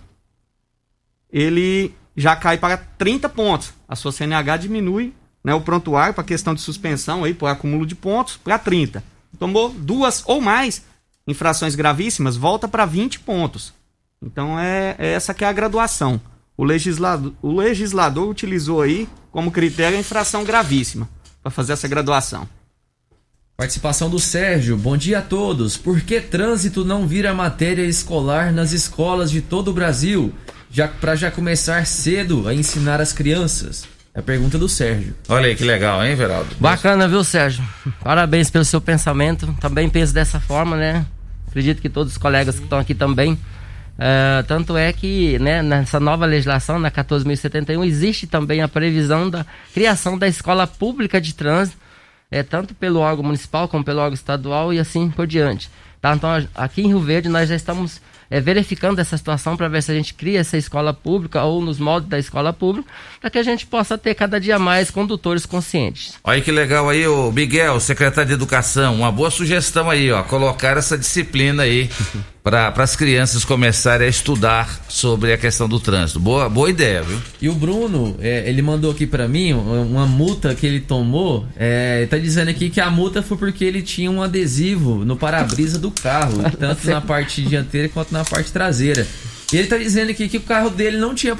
ele já cai para 30 pontos. A sua CNH diminui, né, o prontuário para questão de suspensão, aí, por acúmulo de pontos, para 30. Tomou 2 ou mais infrações gravíssimas, volta para 20 pontos. Então, essa que é a graduação. O legislador utilizou aí como critério a infração gravíssima para fazer essa graduação. Participação do Sérgio. Bom dia a todos. Por que trânsito não vira matéria escolar nas escolas de todo o Brasil? Para já começar cedo a ensinar as crianças. É a pergunta do Sérgio. Olha aí que legal, hein, Veraldo? Bacana, viu, Sérgio? Parabéns pelo seu pensamento. Também penso dessa forma, né? Acredito que todos os colegas que estão aqui também. Tanto é que, né, nessa nova legislação, na 14.071, existe também a previsão da criação da escola pública de trânsito, tanto pelo órgão municipal como pelo órgão estadual e assim por diante. Tá? Então, aqui em Rio Verde, nós já estamos verificando essa situação para ver se a gente cria essa escola pública ou nos moldes da escola pública, para que a gente possa ter cada dia mais condutores conscientes. Olha que legal aí, ô Miguel, secretário de Educação, uma boa sugestão aí, ó, colocar essa disciplina aí para as crianças começarem a estudar sobre a questão do trânsito. Boa ideia, viu? E o Bruno, ele mandou aqui para mim uma multa que ele tomou. Tá dizendo aqui que a multa foi porque ele tinha um adesivo no para-brisa do carro, tanto na parte dianteira quanto na parte traseira. E ele tá dizendo aqui que o carro dele não tinha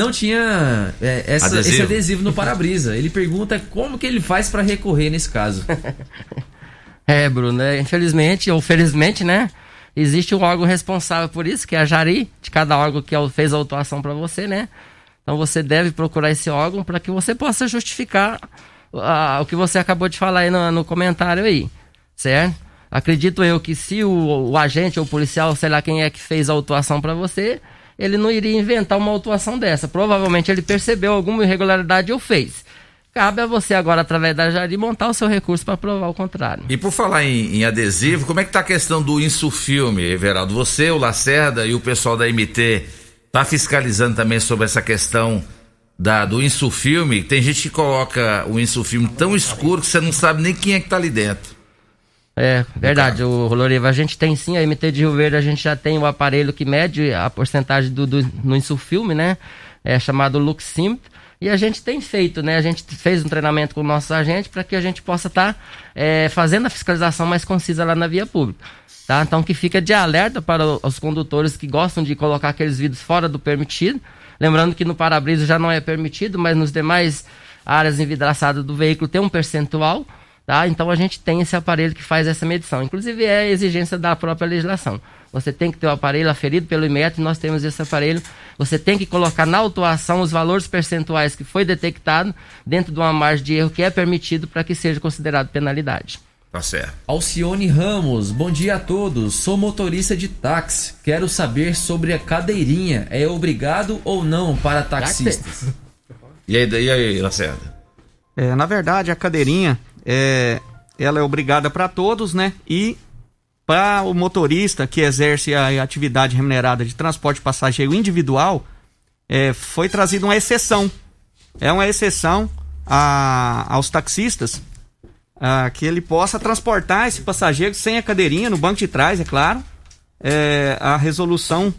esse adesivo no para-brisa. Ele pergunta como que ele faz para recorrer nesse caso. Bruno, infelizmente ou felizmente, né? Existe um órgão responsável por isso, que é a Jari, de cada órgão que fez a autuação para você, né? Então você deve procurar esse órgão para que você possa justificar o que você acabou de falar aí no comentário aí, certo? Acredito eu que se o agente ou o policial, sei lá quem é que fez a autuação para você, ele não iria inventar uma autuação dessa. Provavelmente ele percebeu alguma irregularidade ou fez. Cabe a você agora, através da Jari, montar o seu recurso para provar o contrário. E por falar em adesivo, como é que tá a questão do Insufilme, Everaldo? Você, o Lacerda e o pessoal da MT tá fiscalizando também sobre essa questão do Insufilme? Tem gente que coloca o Insufilme tão escuro que você não sabe nem quem é que tá ali dentro. Verdade, o Loriva, a gente tem sim, a MT de Rio Verde, a gente já tem o aparelho que mede a porcentagem no Insufilme, né? Chamado Luxímetro. E a gente tem feito, né? A gente fez um treinamento com o nosso agente para que a gente possa estar fazendo a fiscalização mais concisa lá na via pública. Tá? Então que fica de alerta para os condutores que gostam de colocar aqueles vidros fora do permitido. Lembrando que no para-brisa já não é permitido, mas nos demais áreas envidraçadas do veículo tem um percentual. Tá? Então a gente tem esse aparelho que faz essa medição. Inclusive é a exigência da própria legislação. Você tem que ter o aparelho aferido pelo IMET, nós temos esse aparelho. Você tem que colocar na autuação os valores percentuais que foi detectado dentro de uma margem de erro que é permitido para que seja considerado penalidade. Tá certo. Alcione Ramos, bom dia a todos. Sou motorista de táxi. Quero saber sobre a cadeirinha. É obrigado ou não para taxistas? E aí, Lacerda? Na verdade, a cadeirinha ela é obrigada para todos, né? E para o motorista que exerce a atividade remunerada de transporte passageiro individual, foi trazida uma exceção. É uma exceção aos taxistas, que ele possa transportar esse passageiro sem a cadeirinha no banco de trás, é claro. A resolução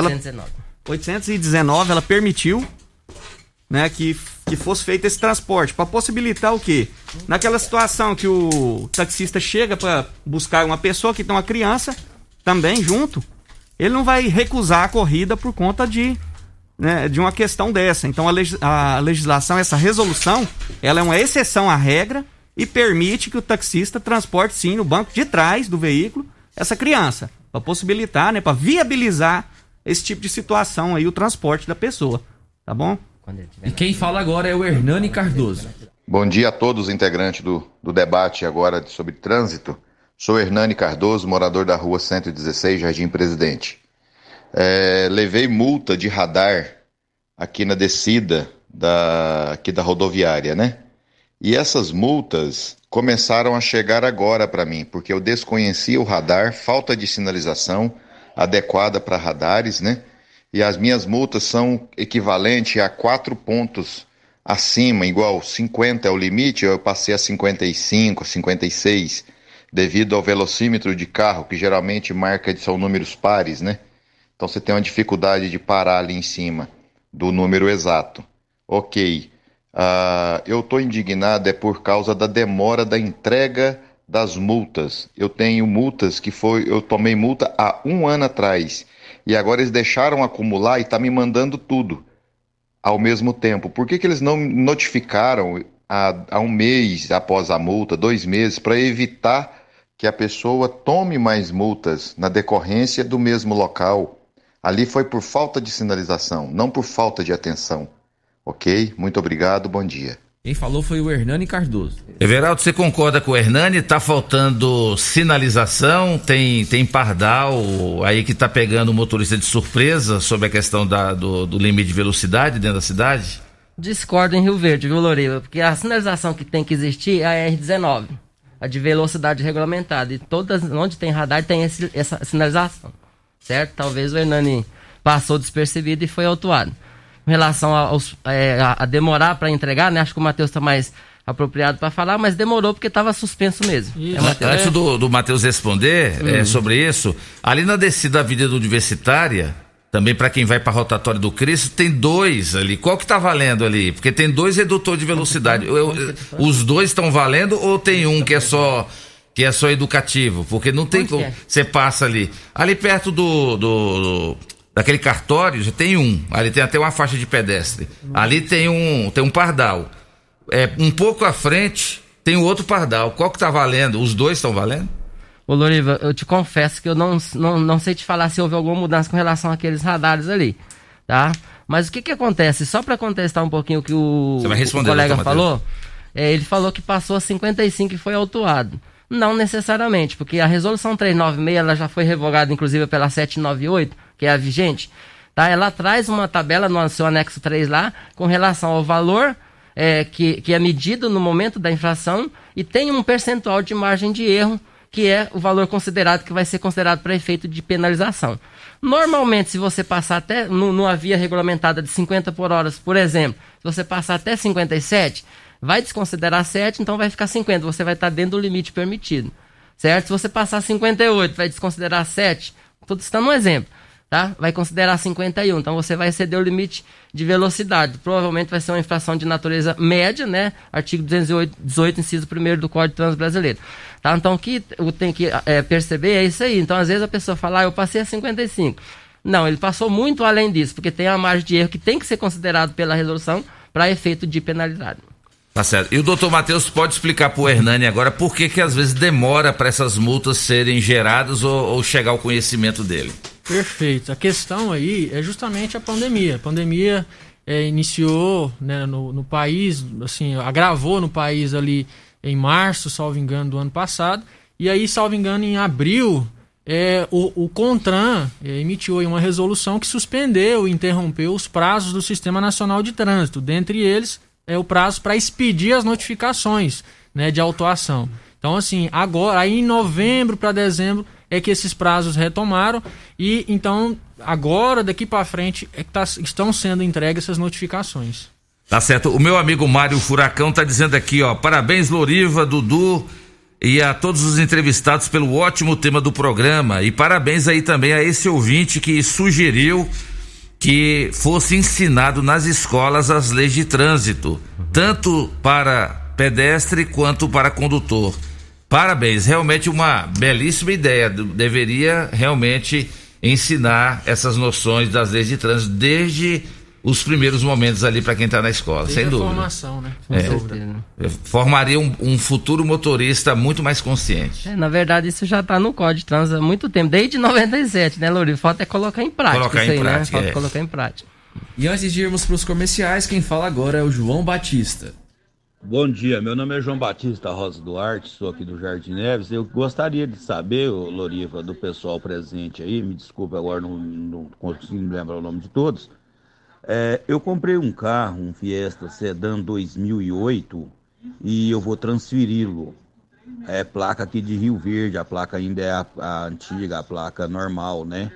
819 ela permitiu, né, que fosse feito esse transporte, para possibilitar o quê? Naquela situação que o taxista chega para buscar uma pessoa que tem uma criança também junto, ele não vai recusar a corrida por conta de uma questão dessa. Então a legislação, essa resolução, ela é uma exceção à regra e permite que o taxista transporte sim no banco de trás do veículo essa criança, para possibilitar, né, para viabilizar esse tipo de situação aí, o transporte da pessoa, tá bom? E quem fala agora é o Hernani Cardoso. Bom dia a todos os integrantes do debate agora sobre trânsito. Sou Hernani Cardoso, morador da rua 116, Jardim Presidente. Levei multa de radar aqui na descida aqui da rodoviária, né? E essas multas começaram a chegar agora para mim, porque eu desconhecia o radar, falta de sinalização adequada para radares, né? E as minhas multas são equivalentes a 4 pontos acima, igual 50 é o limite, eu passei a 55, 56, devido ao velocímetro de carro, que geralmente marca são números pares, né? Então você tem uma dificuldade de parar ali em cima do número exato. Ok. Eu estou indignado por causa da demora da entrega das multas. Eu tenho multas eu tomei multa há 1 ano atrás. E agora eles deixaram acumular e tá me mandando tudo ao mesmo tempo. Por que eles não notificaram há 1 mês após a multa, 2 meses, para evitar que a pessoa tome mais multas na decorrência do mesmo local? Ali foi por falta de sinalização, não por falta de atenção. Ok? Muito obrigado, bom dia. Quem falou foi o Hernani Cardoso. Everaldo, você concorda com o Hernani? Tá faltando sinalização, tem pardal aí que tá pegando o motorista de surpresa sobre a questão do limite de velocidade dentro da cidade? Discordo em Rio Verde, viu, Loriva? Porque a sinalização que tem que existir é a R19, a de velocidade regulamentada. E todas, onde tem radar, tem essa sinalização, certo? Talvez o Hernani passou despercebido e foi autuado. Com relação a demorar para entregar, né? Acho que o Matheus está mais apropriado para falar, mas demorou porque estava suspenso mesmo. Antes do Matheus responder sobre isso, ali na descida da Avenida Universitária, também para quem vai para a rotatória do Cristo, tem 2 ali. Qual que tá valendo ali? Porque tem 2 redutores de velocidade. Os 2 estão valendo ou tem um que é só educativo? Porque não tem como. Você passa ali perto daquele cartório já tem ali tem até uma faixa de pedestre. Ali tem um pardal. Um pouco à frente tem o outro pardal. Qual que tá valendo? Os 2 estão valendo? Ô Loriva, eu te confesso que eu não sei te falar se houve alguma mudança com relação àqueles radares ali, tá? Mas o que acontece? Só para contestar um pouquinho o que o colega falou, ele falou que passou a 55 e foi autuado. Não necessariamente, porque a resolução 396 ela já foi revogada inclusive pela 798, que é a vigente, tá? Ela traz uma tabela no seu anexo 3 lá, com relação ao valor que é medido no momento da infração e tem um percentual de margem de erro, que é o valor considerado, que vai ser considerado para efeito de penalização. Normalmente, se você passar até numa via regulamentada de 50 por hora, por exemplo, se você passar até 57, vai desconsiderar 7, então vai ficar 50, você vai estar dentro do limite permitido, certo? Se você passar 58, vai desconsiderar 7, estou citando um exemplo, tá? Vai considerar 51, então você vai exceder o limite de velocidade, provavelmente vai ser uma infração de natureza média, né? Artigo 218, inciso 1º do Código de Trânsito Brasileiro, tá? Então o que eu tenho que perceber é isso aí. Então às vezes a pessoa fala, eu passei a 55, não, ele passou muito além disso, porque tem a margem de erro que tem que ser considerado pela resolução para efeito de penalidade. Tá certo. E o doutor Matheus pode explicar para o Hernani agora por que às vezes demora para essas multas serem geradas ou chegar ao conhecimento dele? Perfeito. A questão aí é justamente a pandemia. A pandemia iniciou, né, no país, assim, agravou no país ali em março, salvo engano, do ano passado. E aí, salvo engano, em abril, o CONTRAN emitiu aí uma resolução que suspendeu e interrompeu os prazos do Sistema Nacional de Trânsito. Dentre eles, o prazo para expedir as notificações, né, de autuação. Então, assim, agora, aí em novembro para dezembro é que esses prazos retomaram e, então, agora, daqui para frente, é que estão sendo entregues essas notificações. Tá certo. O meu amigo Mário Furacão tá dizendo aqui, ó, parabéns Loriva, Dudu e a todos os entrevistados pelo ótimo tema do programa, e parabéns aí também a esse ouvinte que sugeriu que fosse ensinado nas escolas as leis de trânsito, tanto para pedestre quanto para condutor. Parabéns, realmente uma belíssima ideia. Deveria realmente ensinar essas noções das leis de trânsito desde os primeiros momentos ali para quem está na escola, desde sem dúvida. Formação, né? Formaria um futuro motorista muito mais consciente. Na verdade, isso já está no Código de Trânsito há muito tempo, desde 97, né, Loriva? Falta é colocar em prática. Falta colocar em prática. E antes de irmos para os comerciais, quem fala agora é o João Batista. Bom dia, meu nome é João Batista Rosa Duarte, sou aqui do Jardim Neves. Eu gostaria de saber, Loriva, do pessoal presente aí, me desculpe agora, não consigo me lembrar o nome de todos. Eu comprei um carro, um Fiesta Sedan 2008, e eu vou transferi-lo. É placa aqui de Rio Verde, a placa ainda é a antiga, a placa normal, né?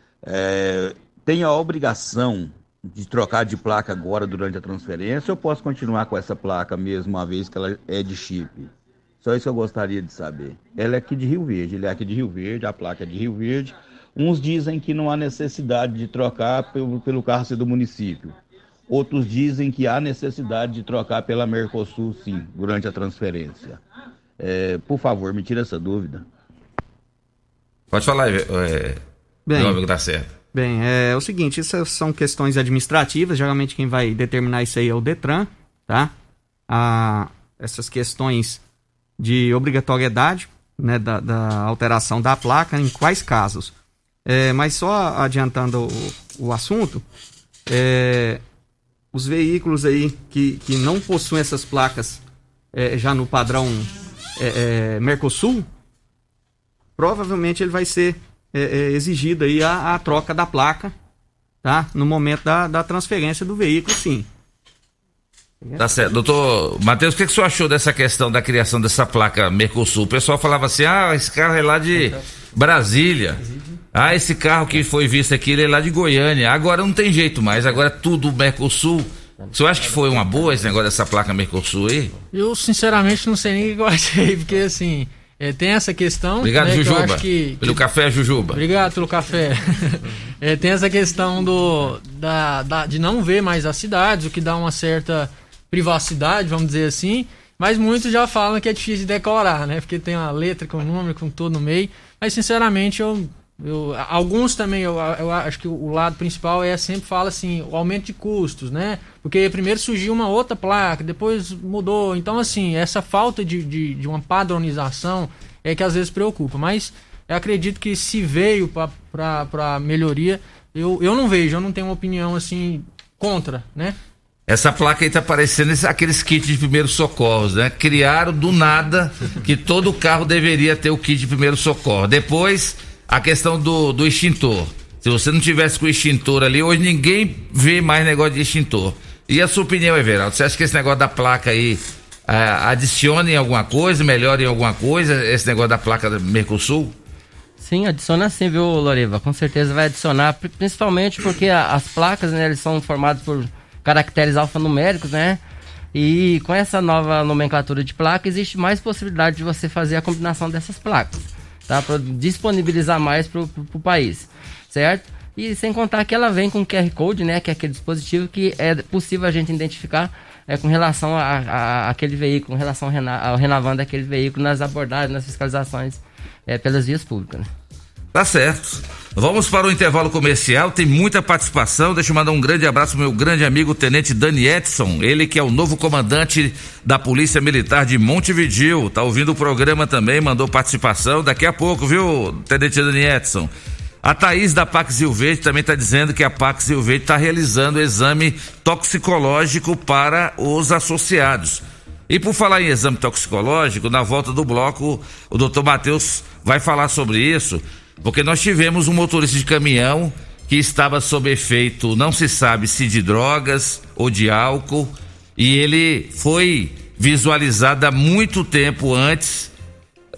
Tem a obrigação de trocar de placa agora durante a transferência, ou eu posso continuar com essa placa mesmo, uma vez que ela é de chip? Só isso que eu gostaria de saber. Ela é aqui de Rio Verde, ele é aqui de Rio Verde, a placa é de Rio Verde. Uns dizem que não há necessidade de trocar pelo carro ser do município. Outros dizem que há necessidade de trocar pela Mercosul, sim, durante a transferência. Por favor, me tira essa dúvida. Pode falar, meu amigo da Serra. Bem, é o seguinte, isso são questões administrativas, geralmente quem vai determinar isso aí é o Detran, tá? Essas questões de obrigatoriedade, né, da alteração da placa, em quais casos? Mas só adiantando o assunto, os veículos aí que não possuem essas placas já no padrão Mercosul, provavelmente ele vai ser exigido aí a troca da placa, tá? No momento da transferência do veículo, sim. Tá certo. Doutor Matheus, o que o senhor achou dessa questão da criação dessa placa Mercosul? O pessoal falava assim, esse carro é lá de Brasília. Esse carro que foi visto aqui, ele é lá de Goiânia. Agora não tem jeito mais, agora é tudo Mercosul. O senhor acha que foi uma boa esse negócio dessa placa Mercosul aí? Eu, sinceramente, não sei nem o que eu achei, porque assim, tem essa questão... Obrigado, né, Jujuba, pelo café, Jujuba. Obrigado pelo café. Tem essa questão de não ver mais as cidades, o que dá uma certa privacidade, vamos dizer assim, mas muitos já falam que é difícil de decorar, né? Porque tem uma letra com número, com tudo no meio, mas sinceramente alguns também, eu acho que o lado principal sempre fala assim, o aumento de custos, né? Porque primeiro surgiu uma outra placa, depois mudou, então assim, essa falta de uma padronização é que às vezes preocupa, mas eu acredito que se veio para melhoria, eu não vejo, eu não tenho uma opinião assim contra, né? Essa placa aí tá parecendo aqueles kits de primeiros socorros, né? Criaram do nada que todo carro deveria ter o kit de primeiro socorro. Depois, a questão do extintor. Se você não tivesse com o extintor ali, hoje ninguém vê mais negócio de extintor. E a sua opinião, Everaldo? Você acha que esse negócio da placa aí adiciona em alguma coisa, melhora em alguma coisa, esse negócio da placa da Mercosul? Sim, adiciona sim, viu, Loriva? Com certeza vai adicionar, principalmente porque as placas, né, eles são formadas por caracteres alfanuméricos, né? E com essa nova nomenclatura de placa, existe mais possibilidade de você fazer a combinação dessas placas, tá? Para disponibilizar mais para o país, certo? E sem contar que ela vem com QR Code, né? Que é aquele dispositivo que é possível a gente identificar com relação a aquele veículo, com relação ao Renavan daquele veículo nas abordagens, nas fiscalizações pelas vias públicas. Tá certo. Vamos para o intervalo comercial, tem muita participação. Deixa eu mandar um grande abraço pro meu grande amigo, o Tenente Dani Edson, ele que é o novo comandante da Polícia Militar de Montevidéu, tá ouvindo o programa também, mandou participação, daqui a pouco, viu, Tenente Dani Edson? A Thaís da Pax Rio Verde também está dizendo que a Pax Rio Verde está realizando exame toxicológico para os associados. E por falar em exame toxicológico, na volta do bloco, o doutor Matheus vai falar sobre isso, porque nós tivemos um motorista de caminhão que estava sob efeito, não se sabe se de drogas ou de álcool, e ele foi visualizado há muito tempo antes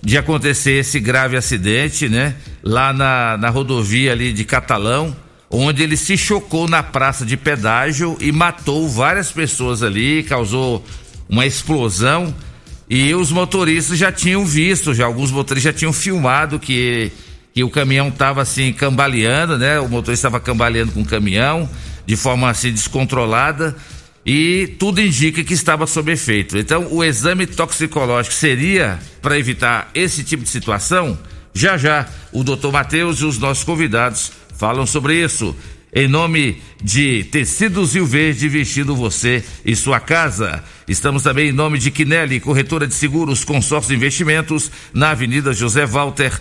de acontecer esse grave acidente, né? Lá na rodovia ali de Catalão, onde ele se chocou na praça de pedágio e matou várias pessoas ali, causou uma explosão, e os motoristas já tinham visto, alguns motoristas já tinham filmado que o caminhão estava assim cambaleando, né? O motorista estava cambaleando com o caminhão de forma assim descontrolada, e tudo indica que estava sob efeito. Então, o exame toxicológico seria para evitar esse tipo de situação? Já o Dr. Matheus e os nossos convidados falam sobre isso. Em nome de Tecidos Rio Verde, vestindo você e sua casa. Estamos também em nome de Quinelli, corretora de seguros, consórcio de investimentos, na Avenida José Walter,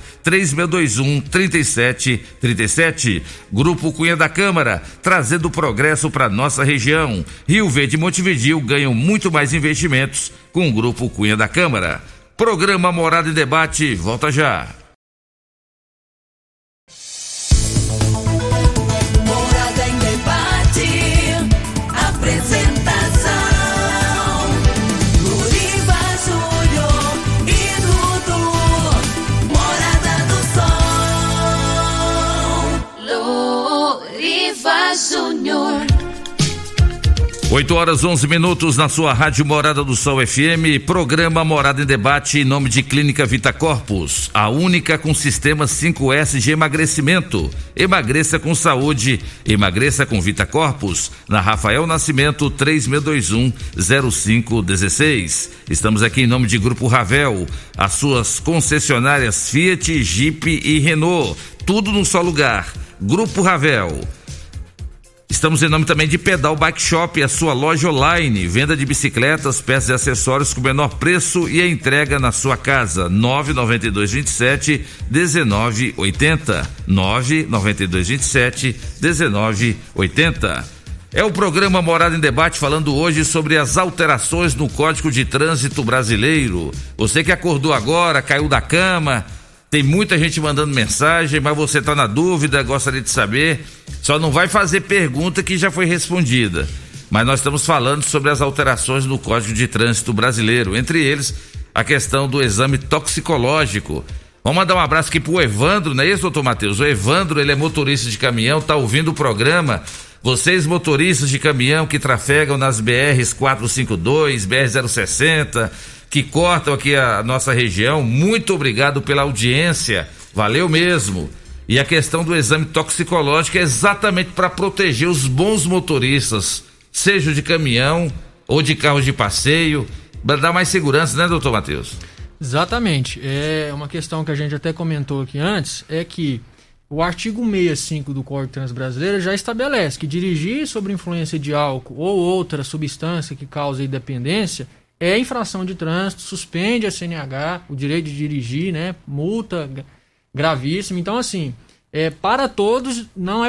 3621-3737. Grupo Cunha da Câmara, trazendo progresso para nossa região. Rio Verde e Montevidéu ganham muito mais investimentos com o Grupo Cunha da Câmara. Programa Morada em Debate, volta já. Apresentação Loriva Júnior e Dudu, Morada do Sol. Loriva Júnior. 8h11 na sua rádio Morada do Sol FM, programa Morada em Debate em nome de Clínica Vita Corpus, a única com sistema 5S de emagrecimento. Emagreça com saúde, emagreça com Vita Corpus, na Rafael Nascimento 3621-0516. Estamos aqui em nome de Grupo Ravel, as suas concessionárias Fiat, Jeep e Renault, tudo num só lugar. Grupo Ravel. Estamos em nome também de Pedal Bike Shop, a sua loja online, venda de bicicletas, peças e acessórios com menor preço e a entrega na sua casa. 99227-1980. 99227-1980. É o programa Morada em Debate, falando hoje sobre as alterações no Código de Trânsito Brasileiro. Você que acordou agora, caiu da cama, tem muita gente mandando mensagem, mas você está na dúvida, gostaria de saber, só não vai fazer pergunta que já foi respondida. Mas nós estamos falando sobre as alterações no Código de Trânsito Brasileiro, entre eles a questão do exame toxicológico. Vamos mandar um abraço aqui pro Evandro, não é isso, doutor Matheus? O Evandro, ele é motorista de caminhão, tá ouvindo o programa. Vocês motoristas de caminhão que trafegam nas BRs 452, BR 060, que cortam aqui a nossa região, muito obrigado pela audiência, valeu mesmo. E a questão do exame toxicológico é exatamente para proteger os bons motoristas, seja de caminhão ou de carro de passeio, para dar mais segurança, né, doutor Matheus? Exatamente, é uma questão que a gente até comentou aqui antes, é que o artigo 65 do Código de Trânsito Brasileiro já estabelece que dirigir sob influência de álcool ou outra substância que cause dependência é infração de trânsito, suspende a CNH, o direito de dirigir, né? Multa gravíssima. Então, assim, para todos não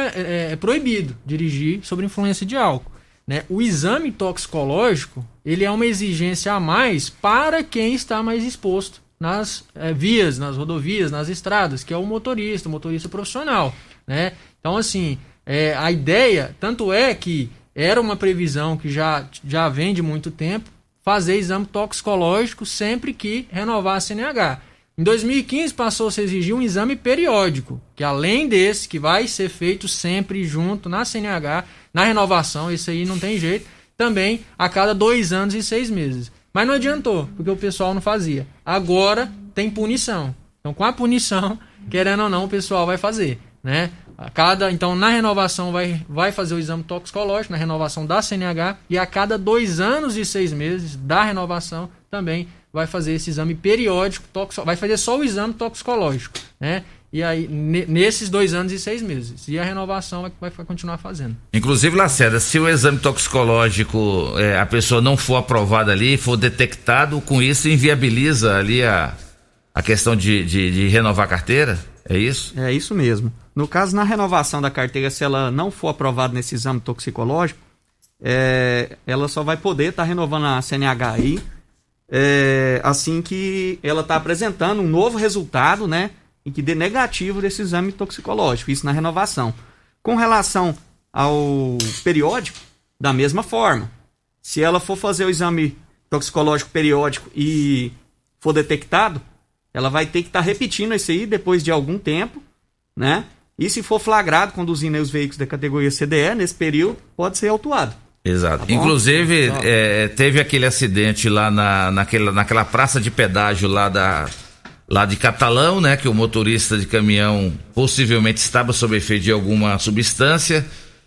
é proibido dirigir sob influência de álcool, né? O exame toxicológico, ele é uma exigência a mais para quem está mais exposto nas vias, nas rodovias, nas estradas, que é o motorista profissional, né? Então, assim, a ideia, tanto é que era uma previsão que já vem de muito tempo, fazer exame toxicológico sempre que renovar a CNH. Em 2015 passou-se a exigir um exame periódico, que além desse, que vai ser feito sempre junto na CNH, na renovação, isso aí não tem jeito, também a cada 2 anos e 6 meses. Mas não adiantou, porque o pessoal não fazia. Agora tem punição. Então, com a punição, querendo ou não, o pessoal vai fazer, né? Então, na renovação vai fazer o exame toxicológico, na renovação da CNH, e a cada 2 anos e 6 meses da renovação também vai fazer esse exame periódico, vai fazer só o exame toxicológico, né? E aí, nesses 2 anos e 6 meses. E a renovação vai continuar fazendo. Inclusive, Lacerda, se o exame toxicológico, a pessoa não for aprovada ali, for detectado, com isso inviabiliza ali a questão de renovar a carteira? É isso? É isso mesmo. No caso, na renovação da carteira, se ela não for aprovada nesse exame toxicológico, ela só vai poder estar renovando a CNH aí, assim que ela está apresentando um novo resultado, né? E que dê negativo desse exame toxicológico, isso na renovação. Com relação ao periódico, da mesma forma. Se ela for fazer o exame toxicológico periódico e for detectado, ela vai ter que estar repetindo isso aí depois de algum tempo, né? E se for flagrado conduzindo aí os veículos da categoria CDE, nesse período, pode ser autuado. Exato. Tá, inclusive, teve aquele acidente lá naquela praça de pedágio lá de Catalão, né? Que o motorista de caminhão possivelmente estava sob efeito de alguma substância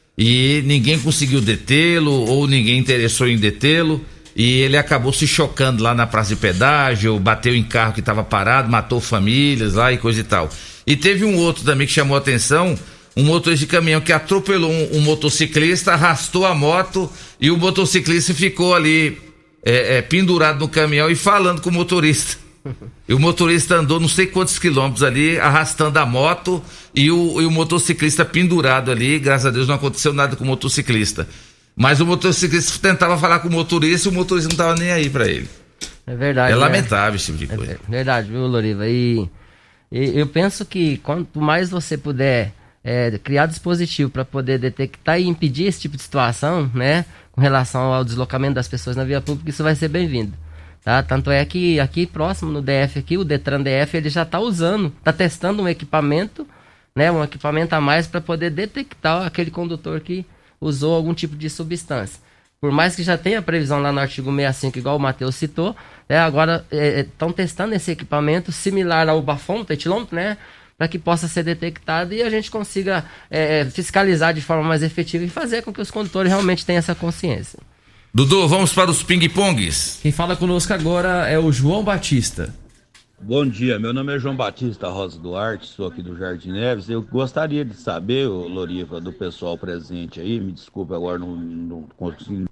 e ninguém conseguiu detê-lo ou ninguém interessou em detê-lo e ele acabou se chocando lá na praça de pedágio, bateu em carro que estava parado, matou famílias lá e coisa e tal. E teve um outro também que chamou a atenção, um motorista de caminhão que atropelou um motociclista, arrastou a moto e o motociclista ficou ali pendurado no caminhão e falando com o motorista. E o motorista andou não sei quantos quilômetros ali, arrastando a moto e o motociclista pendurado ali. Graças a Deus não aconteceu nada com o motociclista. Mas o motociclista tentava falar com o motorista e o motorista não estava nem aí para ele. É verdade. É lamentável esse tipo de coisa. É verdade, viu, Loriva? E eu penso que quanto mais você puder criar dispositivo para poder detectar e impedir esse tipo de situação, né, com relação ao deslocamento das pessoas na via pública, isso vai ser bem-vindo. Tá? Tanto é que aqui próximo no DF, aqui, o Detran DF, ele já está testando um equipamento, né, um equipamento a mais para poder detectar aquele condutor que usou algum tipo de substância. Por mais que já tenha previsão lá no artigo 65, igual o Matheus citou, agora estão testando esse equipamento similar ao bafômetro, etilômetro, né, para que possa ser detectado e a gente consiga fiscalizar de forma mais efetiva e fazer com que os condutores realmente tenham essa consciência. Dudu, vamos para os ping-pongues. Quem fala conosco agora é o João Batista. Bom dia, meu nome é João Batista Rosa Duarte, sou aqui do Jardim Neves. Eu gostaria de saber, Loriva, do pessoal presente aí, me desculpe agora, não consigo.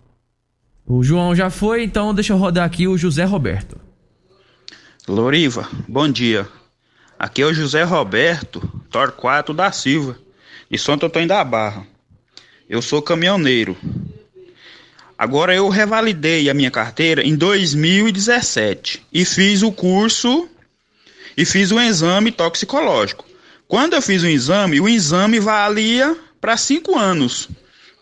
O João já foi, então deixa eu rodar aqui o José Roberto. Loriva, bom dia. Aqui é o José Roberto Torquato da Silva, de Santo Antônio da Barra. Eu sou caminhoneiro. Agora eu revalidei a minha carteira em 2017 e fiz o curso e fiz o exame toxicológico. Quando eu fiz o exame valia para 5 anos.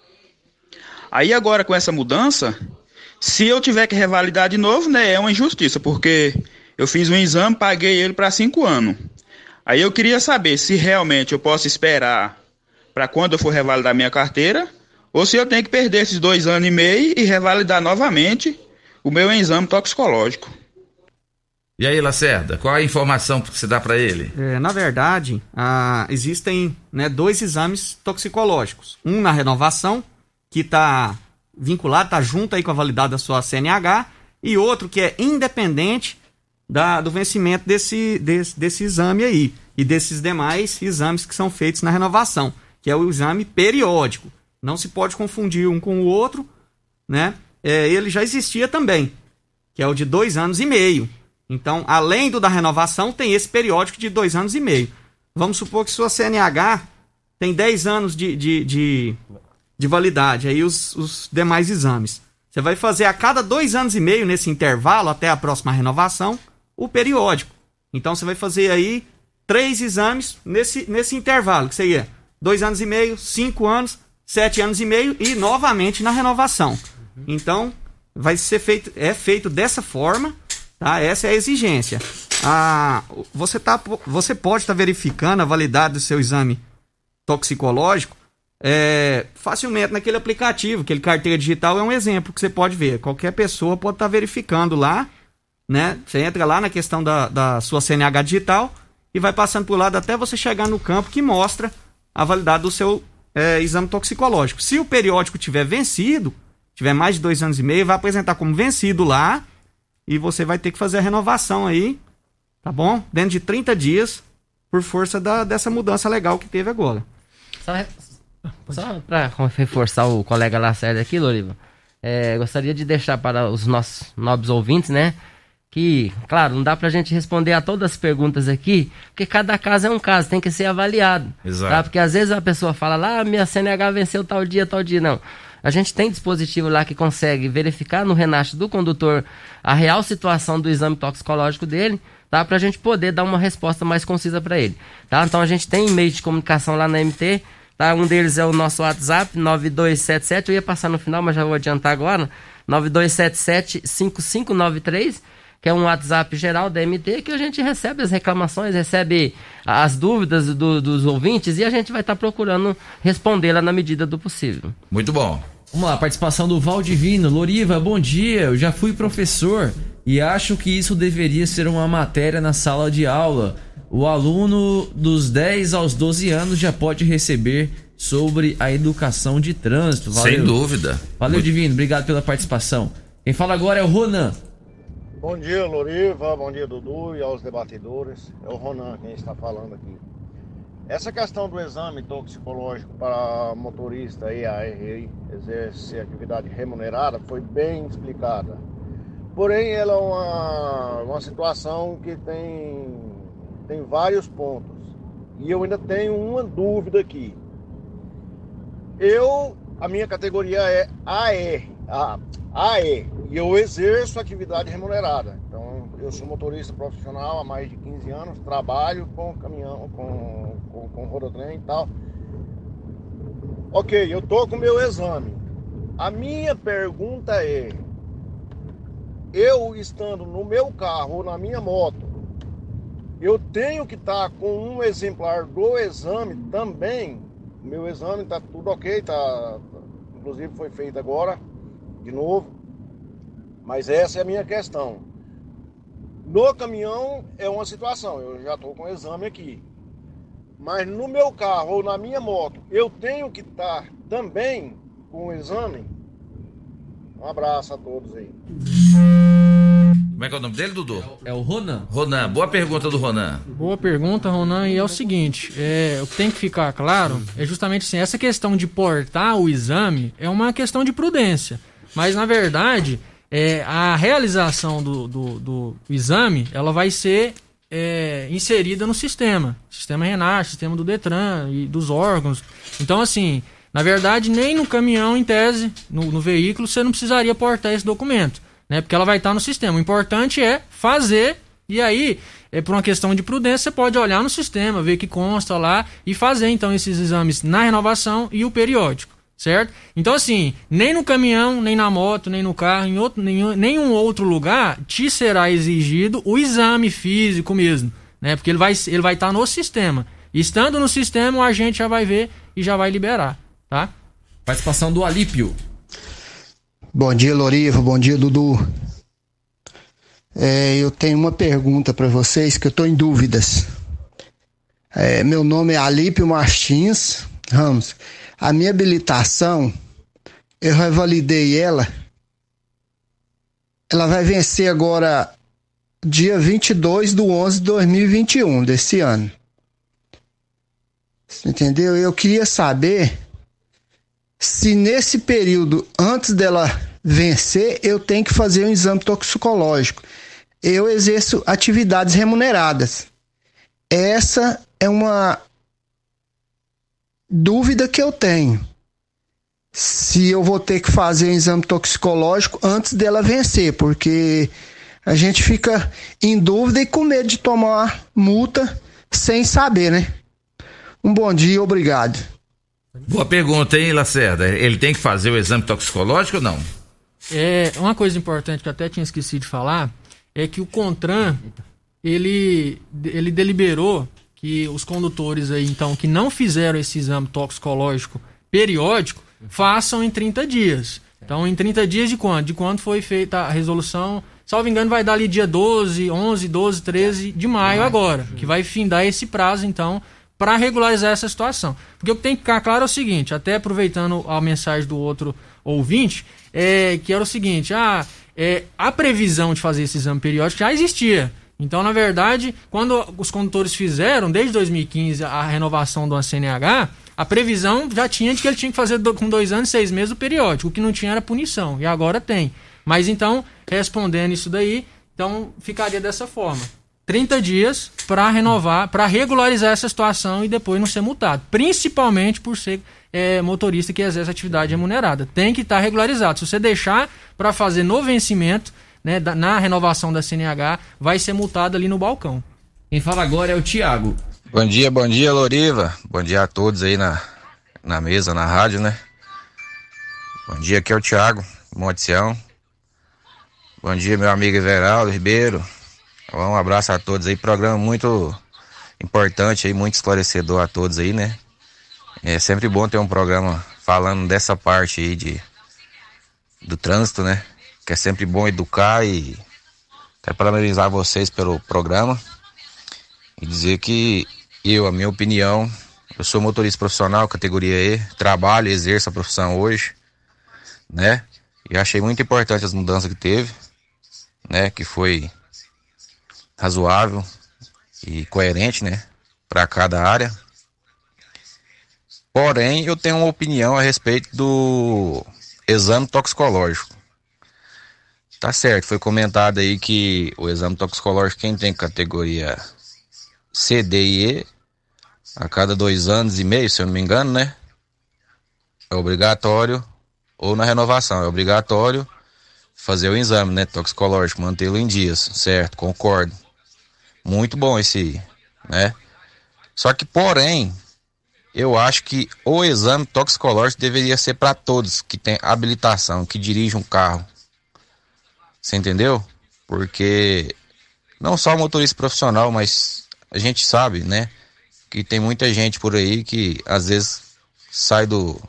Aí agora com essa mudança, se eu tiver que revalidar de novo, né, é uma injustiça, porque eu fiz um exame, paguei ele para 5 anos. Aí eu queria saber se realmente eu posso esperar para quando eu for revalidar minha carteira, ou se eu tenho que perder esses 2 anos e meio e revalidar novamente o meu exame toxicológico. E aí, Lacerda, qual a informação que você dá para ele? Na verdade, existem, né, 2 exames toxicológicos. Um na renovação, que está vinculado, está junto aí com a validade da sua CNH, e outro que é independente do vencimento desse exame aí, e desses demais exames que são feitos na renovação, que é o exame periódico. Não se pode confundir um com o outro, né? Ele já existia também, que é o de 2 anos e meio. Então, além do da renovação, tem esse periódico de 2 anos e meio. Vamos supor que sua CNH tem 10 anos de validade, aí os demais exames. Você vai fazer a cada 2 anos e meio, nesse intervalo, até a próxima renovação, o periódico. Então, você vai fazer aí 3 exames nesse intervalo, que seria 2 anos e meio, 5 anos, 7 anos e meio e novamente na renovação. Então, vai ser feito dessa forma, tá? Essa é a exigência. Você pode estar verificando a validade do seu exame toxicológico facilmente naquele aplicativo, aquele carteira digital é um exemplo que você pode ver. Qualquer pessoa pode estar verificando lá, né? Você entra lá na questão da sua CNH digital e vai passando por lado até você chegar no campo que mostra a validade do seu exame toxicológico. Se o periódico tiver vencido, tiver mais de 2 anos e meio, vai apresentar como vencido lá e você vai ter que fazer a renovação aí, tá bom? Dentro de 30 dias, por força dessa mudança legal que teve agora. Só para reforçar o colega Lacerda aqui, Loriva, gostaria de deixar para os nossos nobres ouvintes, né, que, claro, não dá pra gente responder a todas as perguntas aqui, porque cada caso é um caso, tem que ser avaliado. Exato. Tá? Porque às vezes a pessoa fala lá, minha CNH venceu tal dia, não. A gente tem dispositivo lá que consegue verificar no Renast do condutor a real situação do exame toxicológico dele, tá? Pra gente poder dar uma resposta mais concisa para ele, tá? Então a gente tem e-mail de comunicação lá na MT, tá? Um deles é o nosso WhatsApp, 9277, eu ia passar no final, mas já vou adiantar agora, 9277-5593, que é um WhatsApp geral da MT, que a gente recebe as reclamações, recebe as dúvidas dos ouvintes e a gente vai estar procurando respondê-la na medida do possível. Muito bom. Vamos lá, participação do Valdivino. Loriva, bom dia, eu já fui professor e acho que isso deveria ser uma matéria na sala de aula. O aluno dos 10 aos 12 anos já pode receber sobre a educação de trânsito. Valeu. Sem dúvida. Valeu, Divino, obrigado pela participação. Quem fala agora é o Ronan. Bom dia, Loriva, bom dia, Dudu, e aos debatedores. É o Ronan quem está falando aqui. Essa questão do exame toxicológico para motorista e ARI exercer atividade remunerada foi bem explicada. Porém, ela é uma situação que tem vários pontos. E eu ainda tenho uma dúvida aqui. A minha categoria é AE, e eu exerço atividade remunerada. Então, eu sou motorista profissional há mais de 15 anos, trabalho com caminhão, com rodotrem e tal. Ok, eu tô com o meu exame. A minha pergunta é, eu estando no meu carro ou na minha moto, eu tenho que estar com um exemplar do exame também? O meu exame está tudo ok, inclusive foi feito agora, de novo. Mas essa é a minha questão. No caminhão é uma situação, eu já estou com o exame aqui. Mas no meu carro ou na minha moto, eu tenho que estar também com o exame? Um abraço a todos aí. Como é que é o nome dele, Dudu? É o Ronan. Ronan, boa pergunta do Ronan. Boa pergunta, Ronan, e é o seguinte, o que tem que ficar claro é justamente assim, essa questão de portar o exame é uma questão de prudência, mas na verdade a realização do exame, ela vai ser inserida no sistema RENAR, sistema do Detran e dos órgãos. Então assim, na verdade nem no caminhão em tese, no veículo, você não precisaria portar esse documento, né? Porque ela vai estar no sistema. O importante é fazer, e aí, por uma questão de prudência, você pode olhar no sistema, ver que consta lá e fazer então esses exames na renovação e o periódico, certo? Então assim, nem no caminhão, nem na moto, nem no carro, em nenhum outro lugar te será exigido o exame físico mesmo, né? Porque ele vai estar no sistema. Estando no sistema, o agente já vai ver e já vai liberar, tá? Participação do Alípio. Bom dia, Loriva. Bom dia, Dudu. Eu tenho uma pergunta para vocês que eu estou em dúvidas. Meu nome é Alípio Martins Ramos. A minha habilitação, eu revalidei ela. Ela vai vencer agora dia 22/11/2021 desse ano. Você entendeu? Eu queria saber se nesse período, antes dela vencer, eu tenho que fazer um exame toxicológico. Eu exerço atividades remuneradas. Essa é uma dúvida que eu tenho. Se eu vou ter que fazer um exame toxicológico antes dela vencer, porque a gente fica em dúvida e com medo de tomar multa sem saber, né? Um bom dia, obrigado. Boa pergunta, hein, Lacerda? Ele tem que fazer o exame toxicológico ou não? Uma coisa importante que eu até tinha esquecido de falar é que o CONTRAN, ele deliberou que os condutores aí, então, que não fizeram esse exame toxicológico periódico, façam em 30 dias. Então, em 30 dias de quando? De quando foi feita a resolução, salvo engano, vai dar ali dia 12, 11, 12, 13 de maio agora, que vai findar esse prazo, então, para regularizar essa situação. Porque o que tem que ficar claro é o seguinte, até aproveitando a mensagem do outro ouvinte, que era o seguinte, a previsão de fazer esse exame periódico já existia. Então, na verdade, quando os condutores fizeram, desde 2015, a renovação do CNH, a previsão já tinha de que ele tinha que fazer com 2 anos e 6 meses o periódico. O que não tinha era punição, e agora tem. Mas então, respondendo isso daí, então ficaria dessa forma. 30 dias para renovar, para regularizar essa situação e depois não ser multado. Principalmente por ser motorista que exerce atividade remunerada. Tem que estar regularizado. Se você deixar para fazer no vencimento, né, na renovação da CNH, vai ser multado ali no balcão. Quem fala agora é o Thiago. Bom dia, Loriva. Bom dia a todos aí na mesa, na rádio, né? Bom dia, aqui é o Thiago, Monte Sião. Bom dia, meu amigo Everaldo Ribeiro. Um abraço a todos aí. Programa muito importante aí, muito esclarecedor a todos aí, né? É sempre bom ter um programa falando dessa parte aí do trânsito, né? Que é sempre bom educar e quero parabenizar vocês pelo programa e dizer que a minha opinião, eu sou motorista profissional, categoria E, trabalho e exerço a profissão hoje, né? E achei muito importante as mudanças que teve, né? Que foi razoável e coerente, né? Para cada área. Porém, eu tenho uma opinião a respeito do exame toxicológico. Tá certo, foi comentado aí que o exame toxicológico, quem tem categoria C, D e E, a cada 2 anos e meio, se eu não me engano, né? É obrigatório, ou na renovação, é obrigatório fazer o exame, né? Toxicológico, mantê-lo em dias, certo? Concordo. Muito bom esse, né? Só que, porém, eu acho que o exame toxicológico deveria ser para todos que têm habilitação, que dirigem um carro. Você entendeu? Porque não só o motorista profissional, mas a gente sabe, né? Que tem muita gente por aí que às vezes sai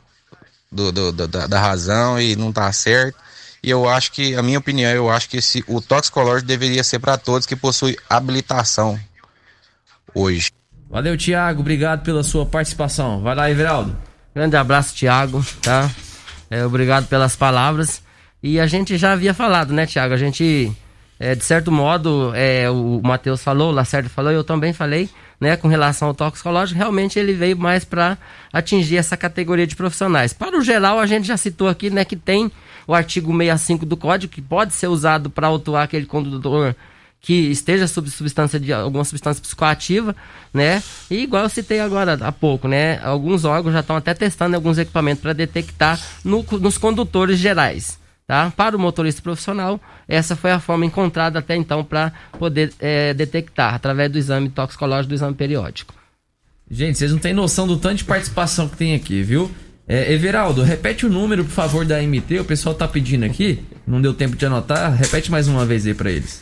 da razão e não tá certo. E eu acho que, a minha opinião, eu acho que o toxicológico deveria ser para todos que possuem habilitação hoje. Valeu, Thiago, obrigado pela sua participação. Vai lá, Everaldo. Grande abraço, Thiago, tá? Obrigado pelas palavras. E a gente já havia falado, né, Thiago? A gente, de certo modo, o Matheus falou, o Lacerda falou, eu também falei, né, com relação ao toxicológico, realmente ele veio mais para atingir essa categoria de profissionais. Para o geral, a gente já citou aqui, né, que tem o artigo 65 do Código, que pode ser usado para autuar aquele condutor que esteja sob alguma substância psicoativa, né? E igual eu citei agora há pouco, né? Alguns órgãos já estão até testando alguns equipamentos para detectar nos condutores gerais, tá? Para o motorista profissional, essa foi a forma encontrada até então para poder detectar, através do exame toxicológico, do exame periódico. Gente, vocês não têm noção do tanto de participação que tem aqui, viu? Everaldo, repete o número, por favor, da MT. O pessoal tá pedindo aqui, não deu tempo de anotar. Repete mais uma vez aí pra eles.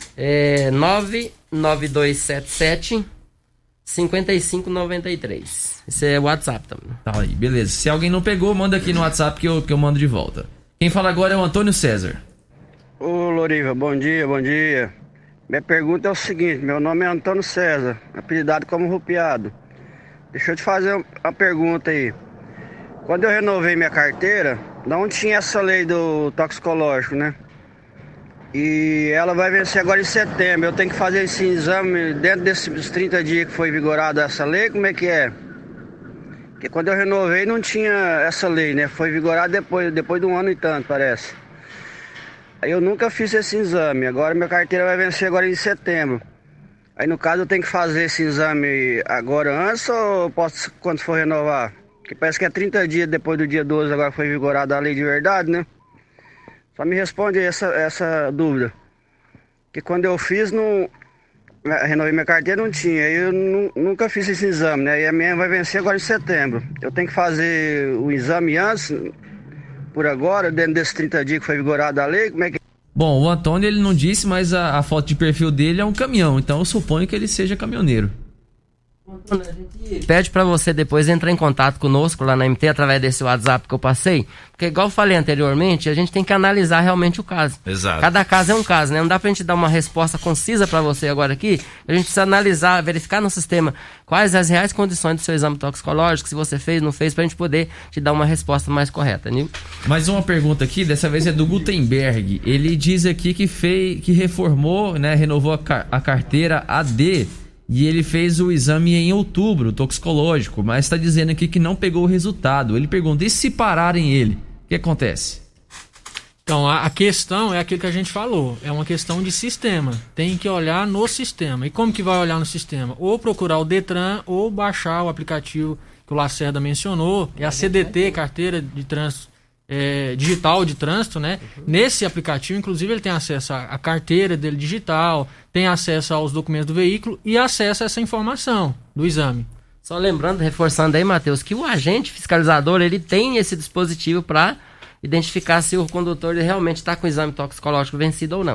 99277 5593. Esse é o WhatsApp também. Tá aí, beleza. Se alguém não pegou, manda aqui no WhatsApp que eu mando de volta. Quem fala agora é o Antônio César. Ô Loriva, bom dia, bom dia. Minha pergunta é o seguinte, meu nome é Antônio César, apelidado como Rupiado. Deixa eu te fazer uma pergunta aí. Quando eu renovei minha carteira, não tinha essa lei do toxicológico, né? E ela vai vencer agora em setembro. Eu tenho que fazer esse exame dentro desses 30 dias que foi vigorada essa lei? Como é que é? Porque quando eu renovei não tinha essa lei, né? Foi vigorada depois de um ano e tanto, parece. Aí eu nunca fiz esse exame. Agora minha carteira vai vencer agora em setembro. Aí no caso eu tenho que fazer esse exame agora antes ou posso quando for renovar? Que parece que é 30 dias depois do dia 12, agora foi vigorada a lei de verdade, né? Só me responde essa dúvida. Que quando eu fiz, renovei minha carteira, não tinha. Eu nunca fiz esse exame, né? E a minha vai vencer agora em setembro. Eu tenho que fazer o exame antes, por agora, dentro desses 30 dias que foi vigorada a lei? Como é que... Bom, o Antônio ele não disse, mas a foto de perfil dele é um caminhão. Então eu suponho que ele seja caminhoneiro. A gente pede para você depois entrar em contato conosco lá na MT através desse WhatsApp que eu passei, porque igual eu falei anteriormente, a gente tem que analisar realmente o caso. Exato. Cada caso é um caso, né? Não dá pra gente dar uma resposta concisa para você agora aqui. A gente precisa analisar, verificar no sistema quais as reais condições do seu exame toxicológico, se você fez, não fez, pra gente poder te dar uma resposta mais correta, né? Mais uma pergunta aqui, dessa vez é do Gutenberg. Ele diz aqui que reformou, né, renovou a carteira AD. E ele fez o exame em outubro, toxicológico, mas está dizendo aqui que não pegou o resultado. Ele pergunta, e se pararem ele? O que acontece? Então, a questão é aquilo que a gente falou. É uma questão de sistema. Tem que olhar no sistema. E como que vai olhar no sistema? Ou procurar o Detran, ou baixar o aplicativo que o Lacerda mencionou. É a CDT, Carteira de Trânsito Digital de Trânsito, né? Nesse aplicativo, inclusive, ele tem acesso à carteira dele digital, tem acesso aos documentos do veículo e acesso a essa informação do exame. Só lembrando, reforçando aí, Matheus, que o agente fiscalizador, ele tem esse dispositivo para identificar se o condutor ele realmente está com o exame toxicológico vencido ou não.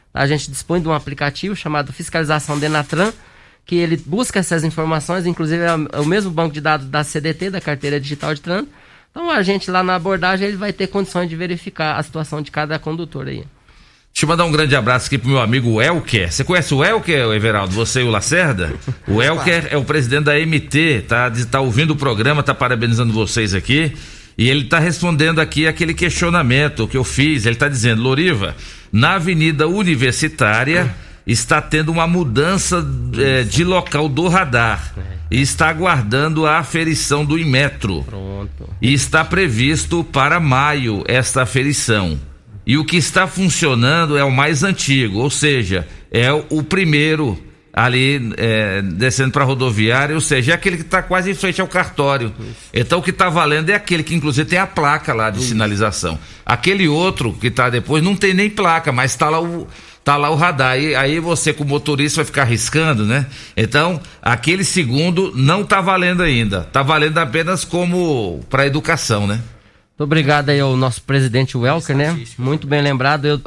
A gente dispõe de um aplicativo chamado Fiscalização Denatran, que ele busca essas informações, inclusive é o mesmo banco de dados da CDT, da Carteira Digital de Trânsito. Então a gente lá na abordagem ele vai ter condições de verificar a situação de cada condutor aí. Deixa eu mandar um grande abraço aqui pro meu amigo Elker. Você conhece o Elker, Everaldo? Você e o Lacerda? O Elker é o presidente da MT, tá ouvindo o programa, tá parabenizando vocês aqui. E ele tá respondendo aqui aquele questionamento que eu fiz. Ele tá dizendo, Loriva, na Avenida Universitária está tendo uma mudança de local do radar. E está aguardando a aferição do Inmetro. Pronto. E está previsto para maio esta aferição. E o que está funcionando é o mais antigo, ou seja, é o primeiro ali descendo para a rodoviária, ou seja, é aquele que está quase em frente ao cartório. Então o que está valendo é aquele que inclusive tem a placa lá de sinalização. Aquele outro que está depois não tem nem placa, mas está lá o radar. Aí você com o motorista vai ficar arriscando, né? Então aquele segundo não está valendo ainda, está valendo apenas como para educação, né? Muito obrigado aí ao nosso presidente Welker, né? Muito bem lembrado. Eu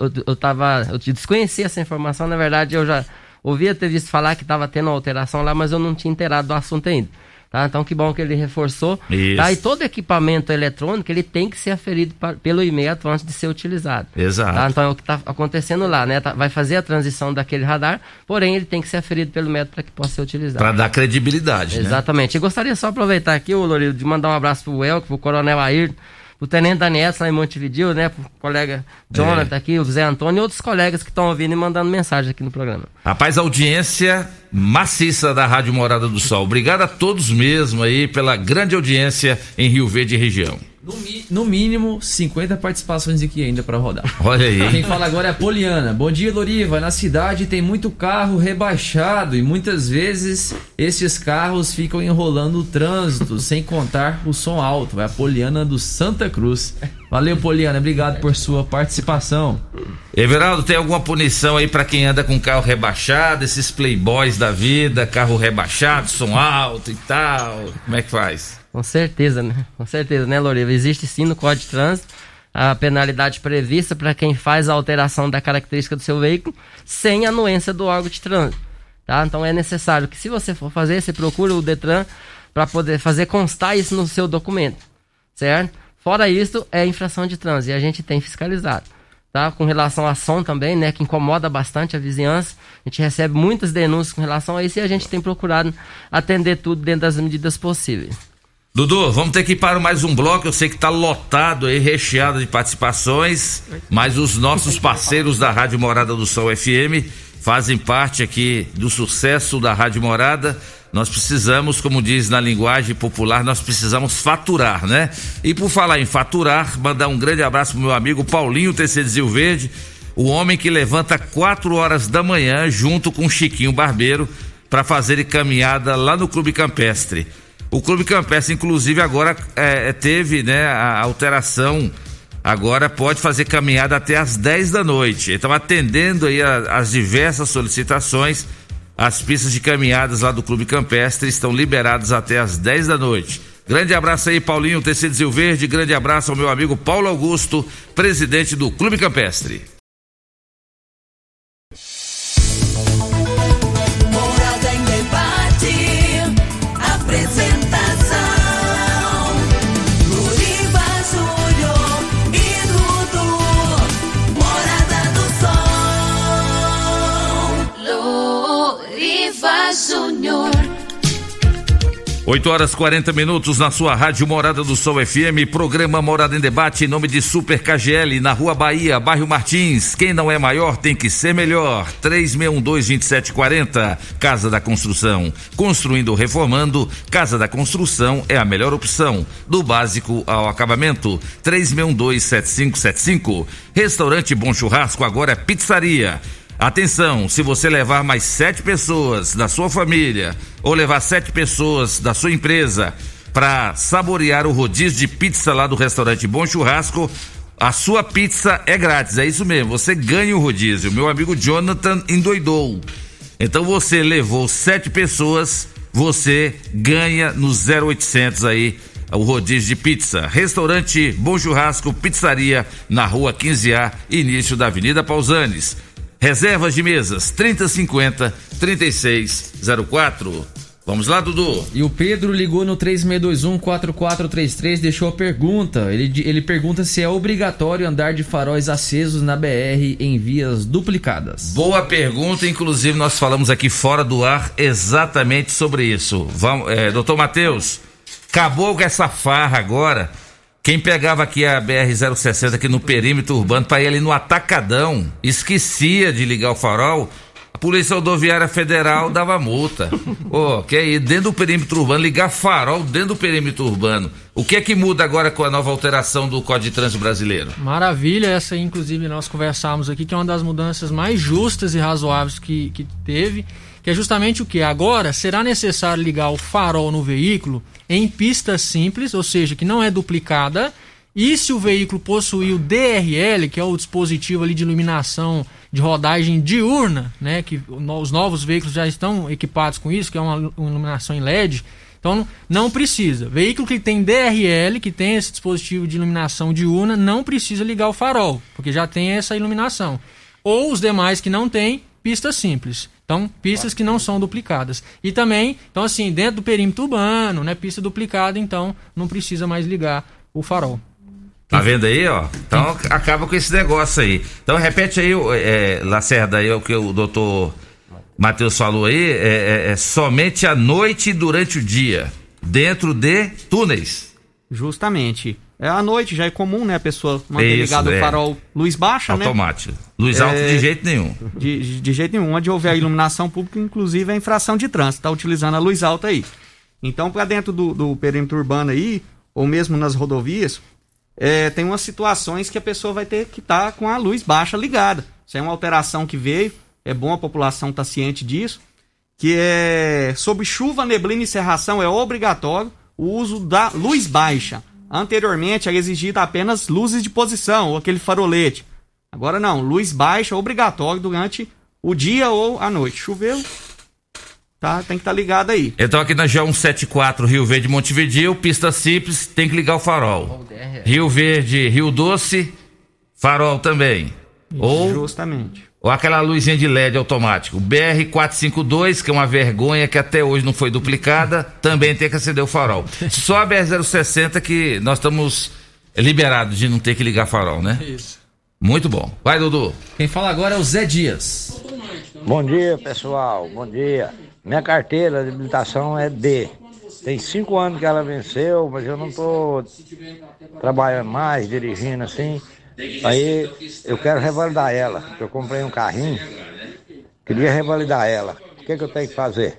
desconhecia essa informação, na verdade eu já ouvia ter visto falar que estava tendo uma alteração lá, mas eu não tinha inteirado do assunto ainda. Tá? Então que bom que ele reforçou. Tá? E todo equipamento eletrônico ele tem que ser aferido pelo Inmetro antes de ser utilizado. Exato. Tá? Então é o que está acontecendo lá, né? Vai fazer a transição daquele radar, porém ele tem que ser aferido pelo Inmetro para que possa ser utilizado. Para dar credibilidade, exatamente. Né? E gostaria só de aproveitar aqui, Loriva, de mandar um abraço pro Welker, pro Coronel Ayrton, o Tenente Daniel lá em Montevideo, né? Pro colega Jonathan aqui, o Zé Antônio e outros colegas que estão ouvindo e mandando mensagem aqui no programa. Rapaz, audiência maciça da Rádio Morada do Sol. Obrigado a todos mesmo aí pela grande audiência em Rio Verde e região. No mínimo, 50 participações aqui ainda para rodar. Olha aí. Quem fala agora é a Poliana. Bom dia, Loriva. Na cidade tem muito carro rebaixado e muitas vezes esses carros ficam enrolando o trânsito, sem contar o som alto. É a Poliana do Santa Cruz. Valeu, Poliana. Obrigado por sua participação. Everaldo, tem alguma punição aí para quem anda com carro rebaixado, esses playboys da vida, carro rebaixado, som alto e tal? Como é que faz? Com certeza, né, Loriva? Existe sim no Código de Trânsito a penalidade prevista para quem faz a alteração da característica do seu veículo sem anuência do órgão de trânsito, tá? Então é necessário que, se você for fazer, você procure o Detran para poder fazer constar isso no seu documento, certo? Fora isso, é infração de trânsito e a gente tem fiscalizado, tá? Com relação a som também, né, que incomoda bastante a vizinhança, a gente recebe muitas denúncias com relação a isso e a gente tem procurado atender tudo dentro das medidas possíveis. Dudu, vamos ter que ir para mais um bloco. Eu sei que está lotado aí, recheado de participações, mas os nossos parceiros da Rádio Morada do Sol FM fazem parte aqui do sucesso da Rádio Morada. Nós precisamos, como diz na linguagem popular, nós precisamos faturar, né? E por falar em faturar, mandar um grande abraço pro meu amigo Paulinho TC de Rio Verde, o homem que levanta 4 horas da manhã junto com o Chiquinho Barbeiro para fazer caminhada lá no Clube Campestre. O Clube Campestre, inclusive, agora teve, né, a alteração. Agora pode fazer caminhada até às 10 da noite. Então, atendendo aí as diversas solicitações, as pistas de caminhadas lá do Clube Campestre estão liberadas até às 10 da noite. Grande abraço aí, Paulinho TC de Rio Verde. Grande abraço ao meu amigo Paulo Augusto, presidente do Clube Campestre. Morada em debate. Apresentação: Loriva Júnior e Dudu. Morada do Sol. Loriva Júnior. 8h40 na sua rádio Morada do Sol FM, programa Morada em Debate, em nome de Super KGL, na Rua Bahia, bairro Martins. Quem não é maior tem que ser melhor. 3612-2740, Casa da Construção. Construindo ou reformando, Casa da Construção é a melhor opção, do básico ao acabamento. 3612-7575. Restaurante Bom Churrasco, agora é pizzaria. Atenção, se você levar mais 7 pessoas da sua família ou levar 7 pessoas da sua empresa para saborear o rodízio de pizza lá do restaurante Bom Churrasco, a sua pizza é grátis, é isso mesmo, você ganha o rodízio. Meu amigo Jonathan endoidou. Então você levou 7 pessoas, você ganha no 0800 aí o rodízio de pizza. Restaurante Bom Churrasco, pizzaria na Rua 15A, início da Avenida Pausanes. Reservas de mesas 3050-3604. Vamos lá, Dudu. E o Pedro ligou no 3621-4433, deixou a pergunta. Ele pergunta se é obrigatório andar de faróis acesos na BR em vias duplicadas. Boa pergunta, inclusive nós falamos aqui fora do ar exatamente sobre isso. Vamos, doutor Matheus, acabou com essa farra agora. Quem pegava aqui a BR-060 aqui no perímetro urbano para ir ali no Atacadão, esquecia de ligar o farol, a Polícia Rodoviária Federal dava multa. Quer ir dentro do perímetro urbano, ligar farol dentro do perímetro urbano. O que é que muda agora com a nova alteração do Código de Trânsito Brasileiro? Maravilha, essa aí, inclusive, nós conversamos aqui, que é uma das mudanças mais justas e razoáveis que teve, que é justamente o que? Agora será necessário ligar o farol no veículo em pista simples, ou seja, que não é duplicada, e se o veículo possuir o DRL, que é o dispositivo ali de iluminação de rodagem diurna, né, que os novos veículos já estão equipados com isso, que é uma iluminação em LED, então não precisa. Veículo que tem DRL, que tem esse dispositivo de iluminação diurna, não precisa ligar o farol, porque já tem essa iluminação. Ou os demais que não tem, pista simples. Então, pistas que não são duplicadas. E também, então assim, dentro do perímetro urbano, né, pista duplicada, então não precisa mais ligar o farol. Tá vendo aí, ó? Então acaba com esse negócio aí. Então repete aí, Lacerda, aí o que o doutor Matheus falou aí, é somente à noite e durante o dia, dentro de túneis. Justamente. À noite já é comum, né, a pessoa manter ligado o farol luz baixa, automático, né? Luz alta de jeito nenhum. De jeito nenhum. Onde houver a iluminação pública, inclusive é infração de trânsito, tá utilizando a luz alta aí. Então, para dentro do perímetro urbano aí, ou mesmo nas rodovias, tem umas situações que a pessoa vai ter que estar com a luz baixa ligada. Isso é uma alteração que veio, é bom a população estar ciente disso, que é sob chuva, neblina e cerração é obrigatório o uso da luz baixa. Anteriormente era exigida apenas luzes de posição, ou aquele farolete. Agora não, luz baixa obrigatório durante o dia ou a noite. Choveu, tá, tem que estar ligado aí. Então aqui na G174 Rio Verde Montevidéu, pista simples, tem que ligar o farol. Rio Verde, Rio Doce, farol também. Justamente. Ou aquela luzinha de LED automático. BR-452, que é uma vergonha que até hoje não foi duplicada, também tem que acender o farol. Só a BR-060 que nós estamos liberados de não ter que ligar farol, né? Isso. Muito bom. Vai, Dudu. Quem fala agora é o Zé Dias. Bom dia, pessoal. Bom dia. Minha carteira de habilitação é D. Tem 5 anos que ela venceu, mas eu não estou trabalhando mais, dirigindo assim. Aí eu quero revalidar ela, porque eu comprei um carrinho, queria revalidar ela. O que eu tenho que fazer?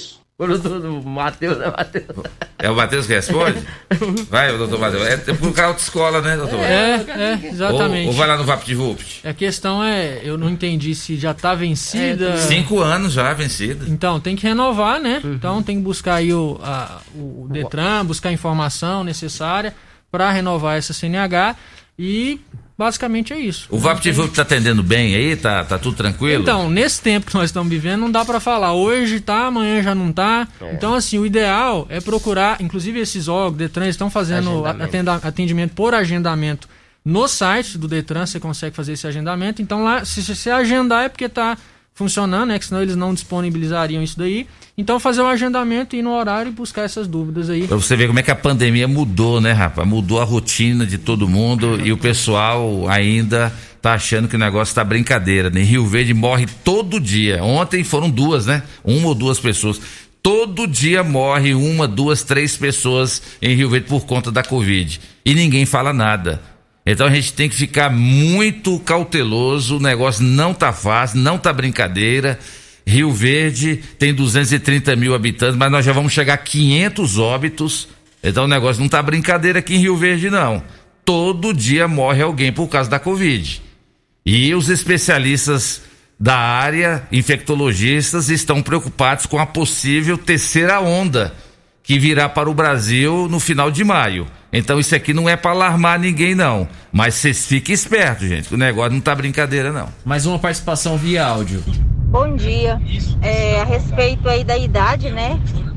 O Matheus, né, Matheus? É o Matheus que responde? Vai, doutor Matheus. É por causa de escola, né, doutor? Exatamente. Ou vai lá no VaptVupt? A questão eu não entendi se já está vencida. 5 anos já vencida. Então, tem que renovar, né? Então, tem que buscar aí o Detran, buscar a informação necessária para renovar essa CNH. E basicamente é isso. O VaptVupt tá atendendo bem aí? Tá tudo tranquilo? Então, nesse tempo que nós estamos vivendo, não dá para falar. Hoje tá, amanhã já não tá. Então, assim, o ideal é procurar, inclusive esses órgãos, Detran, estão fazendo atendimento por agendamento no site do Detran, você consegue fazer esse agendamento. Então, lá, se você agendar é porque tá funcionando, né? Que senão eles não disponibilizariam isso daí. Então fazer o agendamento, ir no horário e buscar essas dúvidas aí. Pra você ver como é que a pandemia mudou, né, rapaz? Mudou a rotina de todo mundo e o pessoal ainda tá achando que o negócio tá brincadeira, né? Rio Verde morre todo dia. Ontem foram 2, né? 1 ou 2 pessoas. Todo dia morre 1, 2, 3 pessoas em Rio Verde por conta da Covid. E ninguém fala nada. Então a gente tem que ficar muito cauteloso, o negócio não tá fácil, não tá brincadeira. Rio Verde tem 230 mil habitantes, mas nós já vamos chegar a 500 óbitos, então o negócio não tá brincadeira aqui em Rio Verde não. Todo dia morre alguém por causa da Covid. E os especialistas da área, infectologistas, estão preocupados com a possível terceira onda que virá para o Brasil no final de maio. Então isso aqui não é para alarmar ninguém não, mas vocês fiquem espertos, gente, que o negócio não tá brincadeira não. Mais uma participação via áudio. Bom dia, a respeito aí da idade, né,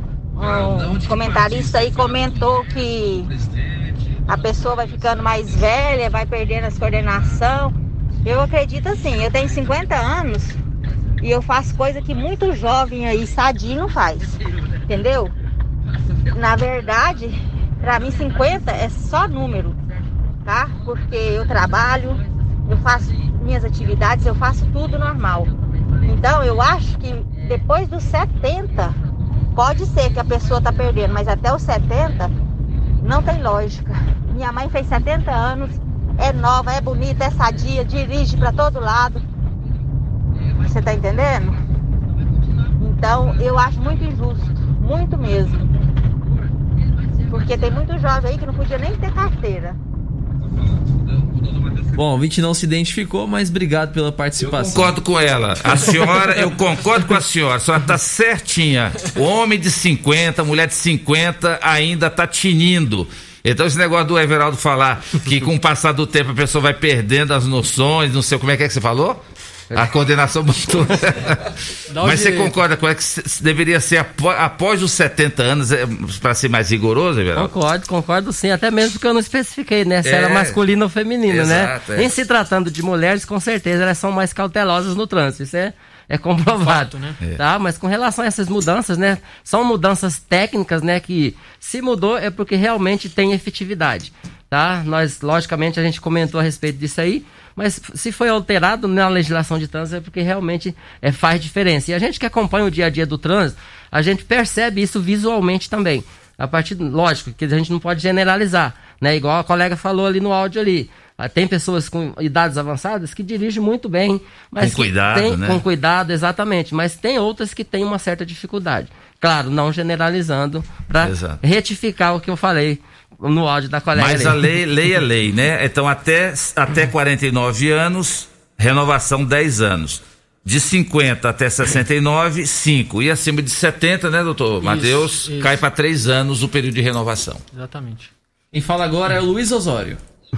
um comentarista aí comentou que a pessoa vai ficando mais velha, vai perdendo as coordenação, Eu acredito assim, eu tenho 50 anos e eu faço coisa que muito jovem aí, sadio, não faz. Entendeu? Na verdade, pra mim 50 é só número, tá? Porque eu trabalho, eu faço minhas atividades, eu faço tudo normal. Então eu acho que depois dos 70, pode ser que a pessoa tá perdendo, mas até os 70 não tem lógica. Minha mãe fez 70 anos, é nova, é bonita, é sadia, dirige pra todo lado. Você tá entendendo? Então eu acho muito injusto, muito mesmo. Porque tem muito jovem aí que não podia nem ter carteira. Bom, o ouvinte não se identificou, mas obrigado pela participação. Eu concordo com ela. A senhora, eu concordo com a senhora tá certinha. O homem de 50, mulher de 50 ainda tá tinindo. Então esse negócio do Everaldo falar que com o passar do tempo a pessoa vai perdendo as noções, não sei como é que você falou? A coordenação botou. Mas você concorda com ela que deveria ser após os 70 anos para ser mais rigoroso, Everaldo? Concordo sim, até mesmo porque eu não especifiquei, né? Se era masculino ou feminino, exato, né? Em se tratando de mulheres, com certeza elas são mais cautelosas no trânsito, isso é comprovado, né? Tá? Mas com relação a essas mudanças, né? São mudanças técnicas, né? Que se mudou é porque realmente tem efetividade, tá? Nós, logicamente, a gente comentou a respeito disso aí, mas se foi alterado na legislação de trânsito é porque realmente faz diferença. E a gente que acompanha o dia a dia do trânsito, a gente percebe isso visualmente também. A partir, lógico, que a gente não pode generalizar, né? Igual a colega falou ali no áudio ali. Tem pessoas com idades avançadas que dirigem muito bem, mas com cuidado, né? Com cuidado, exatamente. Mas tem outras que têm uma certa dificuldade. Claro, não generalizando, para retificar o que eu falei no áudio da colega. Mas a lei é lei, né? Então até 49 anos, renovação 10 anos. De 50 até 69, 5. E acima de 70, né, doutor Matheus? Cai para 3 anos o período de renovação. Exatamente. Quem fala agora é o Luiz Osório.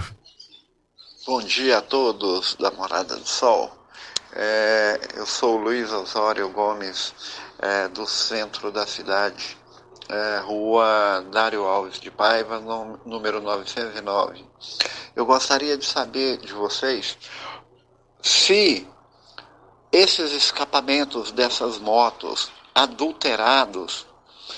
Bom dia a todos da Morada do Sol. Eu sou o Luiz Osório Gomes, do centro da cidade, Rua Dário Alves de Paiva, número 909. Eu gostaria de saber de vocês se esses escapamentos dessas motos adulterados,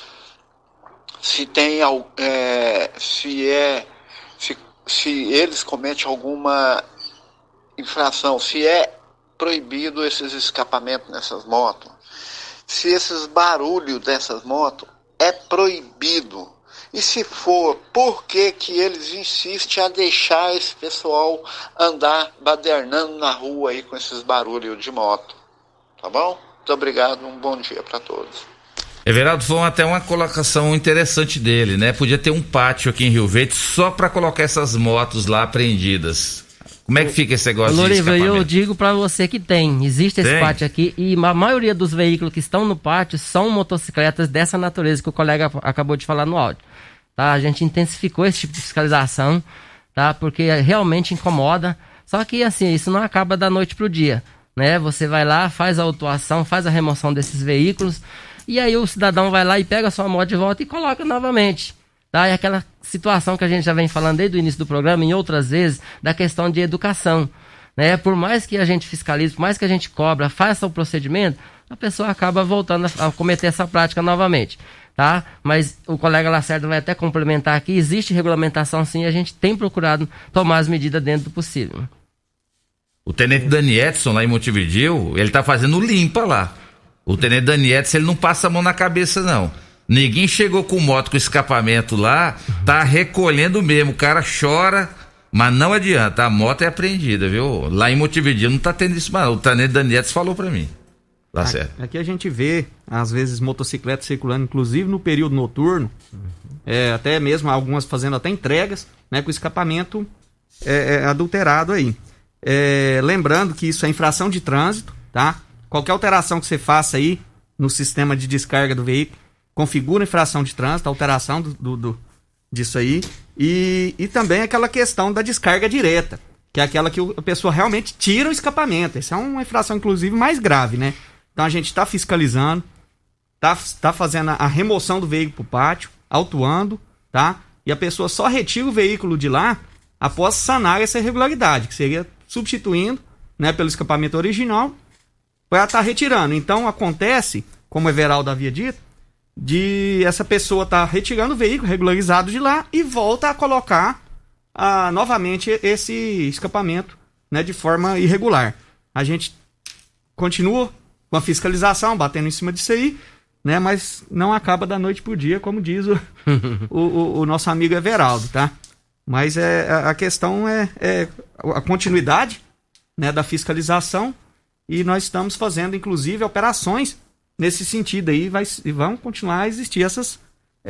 se eles cometem alguma infração, se é proibido esses escapamentos nessas motos, se esses barulhos dessas motos é proibido, e se for, por que eles insistem a deixar esse pessoal andar badernando na rua aí com esses barulhos de moto, tá bom? Muito obrigado, um bom dia para todos. Everaldo, foi até uma colocação interessante dele, né? Podia ter um pátio aqui em Rio Verde só para colocar essas motos lá apreendidas. Como é que fica esse negócio de escapamento? Eu digo para você que existe esse pátio aqui, e a maioria dos veículos que estão no pátio são motocicletas dessa natureza que o colega acabou de falar no áudio. Tá? A gente intensificou esse tipo de fiscalização, tá? Porque realmente incomoda. Só que assim, isso não acaba da noite pro dia, né? Você vai lá, faz a autuação, faz a remoção desses veículos, e aí o cidadão vai lá e pega a sua moto de volta e coloca novamente. Tá? É aquela situação que a gente já vem falando desde o início do programa, em outras vezes, da questão de educação, né? Por mais que a gente fiscalize, por mais que a gente cobra, faça o procedimento, a pessoa acaba voltando a cometer essa prática novamente, tá? Mas o colega Lacerda vai até complementar aqui, existe regulamentação sim, a gente tem procurado tomar as medidas dentro do possível. O tenente Dani Edson lá em Montevidéu, ele tá fazendo limpa lá. O tenente Dani Edson, ele não passa a mão na cabeça não. Ninguém chegou com moto com escapamento lá, tá recolhendo mesmo, o cara chora, mas não adianta, a moto é apreendida, viu? Lá em Montevidéu não tá tendo isso, mas o tenente Dani Edson falou pra mim. Tá certo. Aqui a gente vê, às vezes, motocicletas circulando, inclusive no período noturno, até mesmo algumas fazendo até entregas, né, com escapamento adulterado aí. Lembrando que isso é infração de trânsito, tá? Qualquer alteração que você faça aí no sistema de descarga do veículo, configura infração de trânsito, alteração disso aí, e também aquela questão da descarga direta, que é aquela que a pessoa realmente tira o escapamento. Essa é uma infração, inclusive, mais grave, né? Então a gente está fiscalizando, tá fazendo a remoção do veículo pro pátio, autuando, tá? E a pessoa só retira o veículo de lá após sanar essa irregularidade, que seria substituindo né, pelo escapamento original, para estar retirando. Então acontece, como o Everaldo havia dito, de essa pessoa estar retirando o veículo regularizado de lá e volta a colocar novamente esse escapamento, né, de forma irregular. A gente continua com a fiscalização, batendo em cima disso aí, né, mas não acaba da noite pro dia, como diz o nosso amigo Everaldo, tá? Mas a questão é a continuidade, né, da fiscalização, e nós estamos fazendo, inclusive, operações nesse sentido aí, e vão continuar a existir essas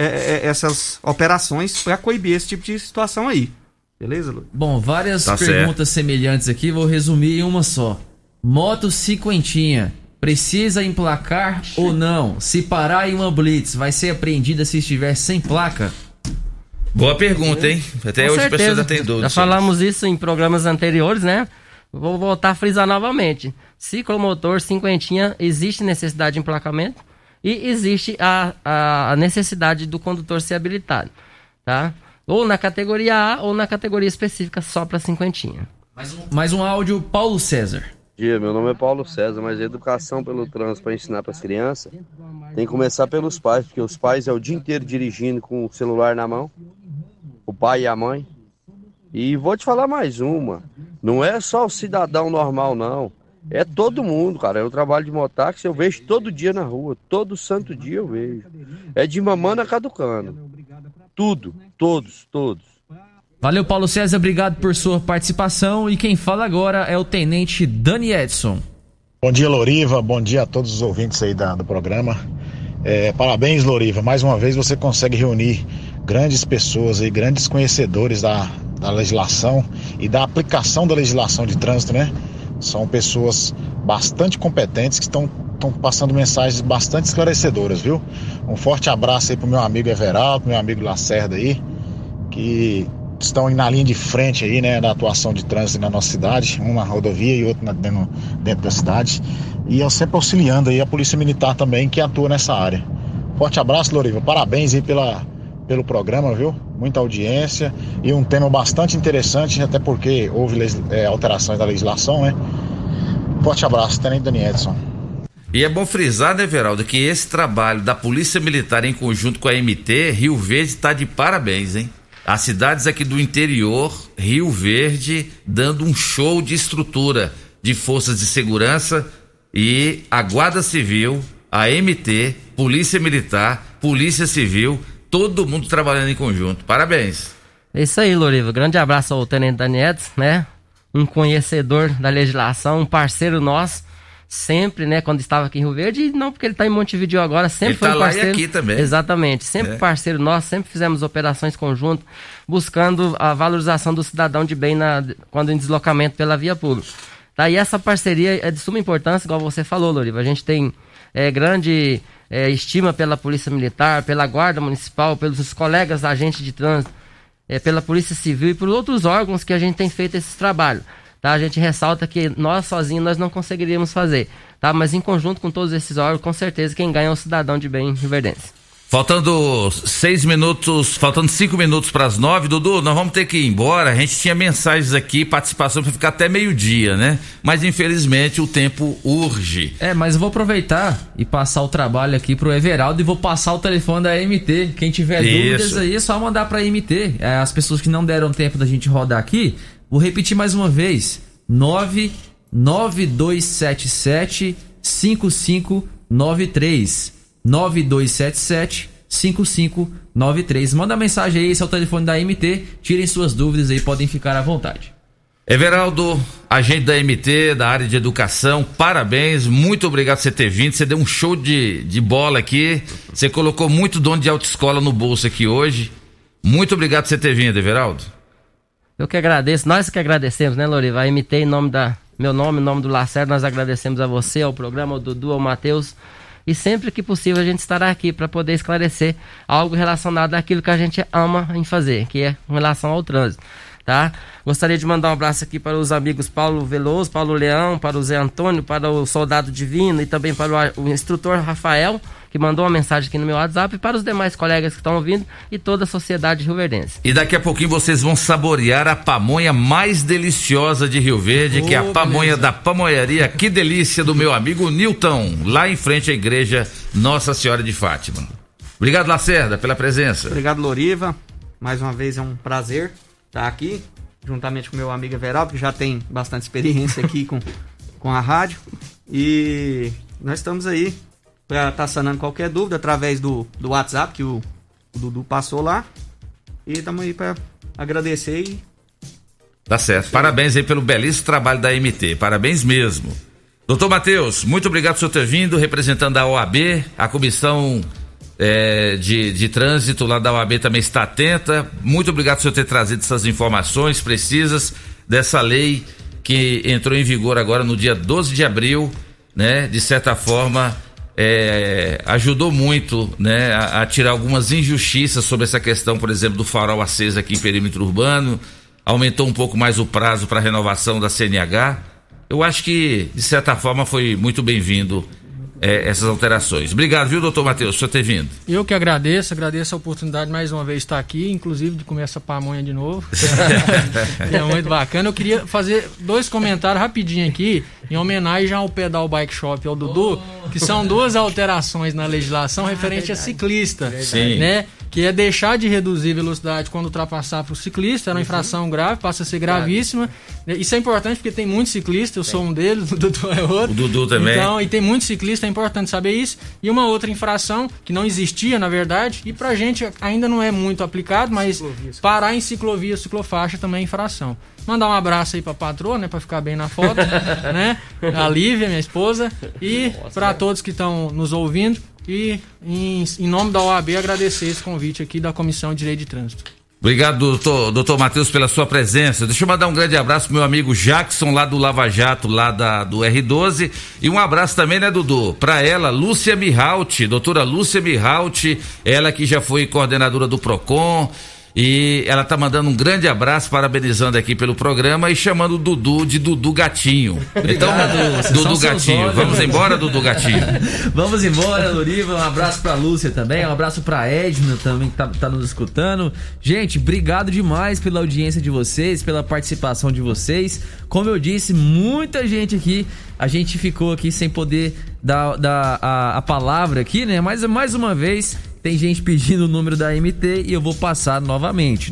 operações para coibir esse tipo de situação aí. Beleza, Lu? Bom, várias perguntas semelhantes aqui, vou resumir em uma só. Moto cinquentinha, precisa emplacar ou não? Se parar em uma blitz, vai ser apreendida se estiver sem placa? Boa pergunta, hein? Até Com hoje certeza. a pessoa já tem dúvida. Já falamos isso em programas anteriores, né? Vou voltar a frisar novamente. Ciclomotor cinquentinha, existe necessidade de emplacamento e existe a necessidade do condutor ser habilitado, tá? Ou na categoria A ou na categoria específica só para cinquentinha. Mais um áudio, Paulo César. Dia, meu nome é Paulo César, mas a educação pelo trânsito para ensinar para as crianças tem que começar pelos pais, porque os pais é o dia inteiro dirigindo com o celular na mão, o pai e a mãe. E vou te falar mais uma, não é só o cidadão normal não, é todo mundo, cara. Eu trabalho de mototáxi, eu vejo todo dia na rua, todo santo dia eu vejo. É de mamando a caducando. Tudo, todos. Valeu, Paulo César, obrigado por sua participação. E quem fala agora é o Tenente Dani Edson. Bom dia, Loriva, bom dia a todos os ouvintes aí do programa. Parabéns, Loriva, mais uma vez você consegue reunir grandes pessoas aí, grandes conhecedores da legislação e da aplicação da legislação de trânsito, né? São pessoas bastante competentes que estão passando mensagens bastante esclarecedoras, viu? Um forte abraço aí pro meu amigo Everaldo, pro meu amigo Lacerda aí, que estão na linha de frente aí, né, da atuação de trânsito na nossa cidade, um na rodovia e outro dentro da cidade, e eu sempre auxiliando aí a Polícia Militar também, que atua nessa área. Forte abraço, Loriva, parabéns aí pelo programa, viu? Muita audiência e um tema bastante interessante, até porque houve alterações da legislação, né? Forte abraço, Tenente Dani Edson. E é bom frisar, né, Veraldo, que esse trabalho da Polícia Militar em conjunto com a MT, Rio Verde está de parabéns, hein? As cidades aqui do interior, Rio Verde, dando um show de estrutura de forças de segurança, e a Guarda Civil, a MT, Polícia Militar, Polícia Civil, todo mundo trabalhando em conjunto. Parabéns. É isso aí, Loriva. Grande abraço ao Tenente Dani Edson, né? Um conhecedor da legislação, um parceiro nosso. Sempre, né, quando estava aqui em Rio Verde, e não porque ele está em Montevidéu agora, sempre ele foi tá um parceiro. Lá e aqui também. Exatamente, sempre parceiro nosso, sempre fizemos operações conjuntas, buscando a valorização do cidadão de bem quando em deslocamento pela via pública. Daí essa parceria é de suma importância, igual você falou, Loriva. A gente tem grande estima pela Polícia Militar, pela Guarda Municipal, pelos colegas agentes de trânsito, pela Polícia Civil e por outros órgãos que a gente tem feito esse trabalho. Tá? A gente ressalta que nós sozinhos nós não conseguiríamos fazer, tá? Mas em conjunto com todos esses órgãos, com certeza quem ganha é o cidadão de bem rioverdense. Faltando 5 minutos para as 9, Dudu, nós vamos ter que ir embora. A gente tinha mensagens aqui, participação para ficar até meio-dia, né? Mas infelizmente o tempo urge. Mas eu vou aproveitar e passar o trabalho aqui pro Everaldo e vou passar o telefone da MT. Quem tiver dúvidas aí é só mandar pra MT. As pessoas que não deram tempo da gente rodar aqui, vou repetir mais uma vez: 99277 5593. 9277 5593. Manda mensagem aí, esse é o telefone da MT. Tirem suas dúvidas aí, podem ficar à vontade. Everaldo, agente da MT, da área de educação, parabéns, muito obrigado por você ter vindo. Você deu um show de bola aqui. Você colocou muito dono de autoescola no bolso aqui hoje. Muito obrigado por você ter vindo, Everaldo. Eu que agradeço, nós que agradecemos, né, Loriva? A MT, em nome meu nome, em nome do Lacerda, nós agradecemos a você, ao programa, ao Dudu, ao Matheus. E sempre que possível a gente estará aqui para poder esclarecer algo relacionado àquilo que a gente ama em fazer, que é em relação ao trânsito, tá? Gostaria de mandar um abraço aqui para os amigos Paulo Veloso, Paulo Leão, para o Zé Antônio, para o Soldado Divino e também para o instrutor Rafael, que mandou uma mensagem aqui no meu WhatsApp, e para os demais colegas que estão ouvindo e toda a sociedade rioverdense. E daqui a pouquinho vocês vão saborear a pamonha mais deliciosa de Rio Verde, que é a pamonha da pamonharia Que Delícia, do meu amigo Nilton, lá em frente à igreja Nossa Senhora de Fátima. Obrigado, Lacerda, pela presença. Obrigado, Loriva. Mais uma vez é um prazer estar aqui, juntamente com meu amigo Everaldo, que já tem bastante experiência aqui com a rádio. E nós estamos aí para estar sanando qualquer dúvida através do WhatsApp que o Dudu passou lá. E estamos aí para agradecer e... Tá certo. Parabéns aí pelo belíssimo trabalho da MT. Parabéns mesmo. Doutor Matheus, muito obrigado por senhor ter vindo, representando a OAB, a comissão de trânsito lá da OAB também está atenta. Muito obrigado por senhor ter trazido essas informações precisas dessa lei que entrou em vigor agora no dia 12 de abril, né? De certa forma, ajudou muito, né? A tirar algumas injustiças sobre essa questão, por exemplo, do farol aceso aqui em perímetro urbano, aumentou um pouco mais o prazo para renovação da CNH. Eu acho que, de certa forma, foi muito bem-vindo essas alterações. Obrigado, viu, doutor Matheus, por ter vindo. Eu que agradeço a oportunidade mais uma vez de estar aqui, inclusive de comer essa pamonha de novo. É muito bacana. Eu queria fazer 2 comentários rapidinho aqui, em homenagem ao Pedal Bike Shop e ao Dudu, que são 2 alterações na legislação referente a ciclista, né? Que é deixar de reduzir velocidade quando ultrapassar para o ciclista, era uma infração grave, passa a ser gravíssima. Isso é importante porque tem muitos ciclistas, eu sou um deles, o Dudu é outro. O Dudu também. Então, e tem muitos ciclistas, é importante saber isso. E uma outra infração, que não existia, na verdade, e pra gente ainda não é muito aplicado, mas parar em ciclovia, ciclofaixa também é infração. Mandar um abraço aí pra patroa, né, pra ficar bem na foto, né? A Lívia, minha esposa, e para todos que estão nos ouvindo. E, em nome da OAB, agradecer esse convite aqui da Comissão de Direito de Trânsito. Obrigado, doutor Matheus, pela sua presença. Deixa eu mandar um grande abraço pro meu amigo Jackson, lá do Lava Jato, lá do R12. E um abraço também, né, Dudu? Pra ela, Lúcia Mihalt, doutora Lúcia Mihalt, ela que já foi coordenadora do PROCON. E ela tá mandando um grande abraço, parabenizando aqui pelo programa e chamando o Dudu de Dudu Gatinho. Obrigado, então, Dudu Gatinho. Vamos embora, Dudu Gatinho. Vamos embora, Loriva. Um abraço pra Lúcia também, um abraço pra Edna também, que tá nos escutando. Gente, obrigado demais pela audiência de vocês, pela participação de vocês. Como eu disse, muita gente aqui, a gente ficou aqui sem poder dar a palavra aqui, né? Mas mais uma vez, tem gente pedindo o número da MT e eu vou passar novamente,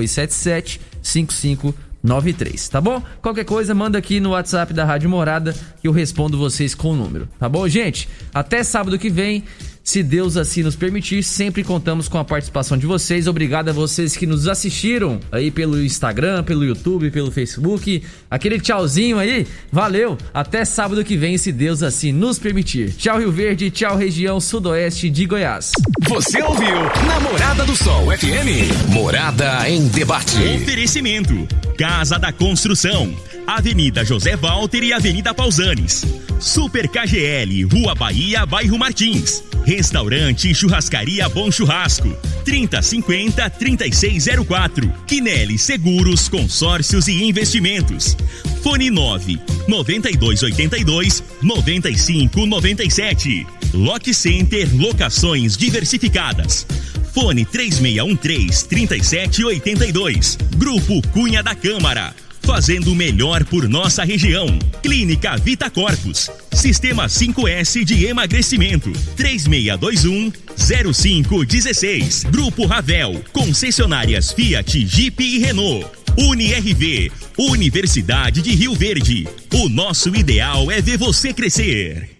9277-5593, tá bom? Qualquer coisa, manda aqui no WhatsApp da Rádio Morada que eu respondo vocês com o número, tá bom, gente? Até sábado que vem, se Deus assim nos permitir, sempre contamos com a participação de vocês. Obrigado a vocês que nos assistiram aí pelo Instagram, pelo YouTube, pelo Facebook. Aquele tchauzinho aí, valeu! Até sábado que vem, se Deus assim nos permitir. Tchau, Rio Verde, tchau, região sudoeste de Goiás. Você ouviu Namorada do Sol FM. Morada em debate. Oferecimento: Casa da Construção, Avenida José Walter e Avenida Pausanes. Super KGL, Rua Bahia, Bairro Martins. Restaurante e Churrascaria Bom Churrasco, 3050-3604. Quinelli Seguros, Consórcios e Investimentos. Fone 99282-9597. Lock Center Locações Diversificadas. Fone 3613-3782. Grupo Cunha da Câmara, fazendo o melhor por nossa região. Clínica Vita Corpus, Sistema 5S de emagrecimento, 3621-0516. Grupo Ravel, concessionárias Fiat, Jeep e Renault. UniRV, Universidade de Rio Verde. O nosso ideal é ver você crescer.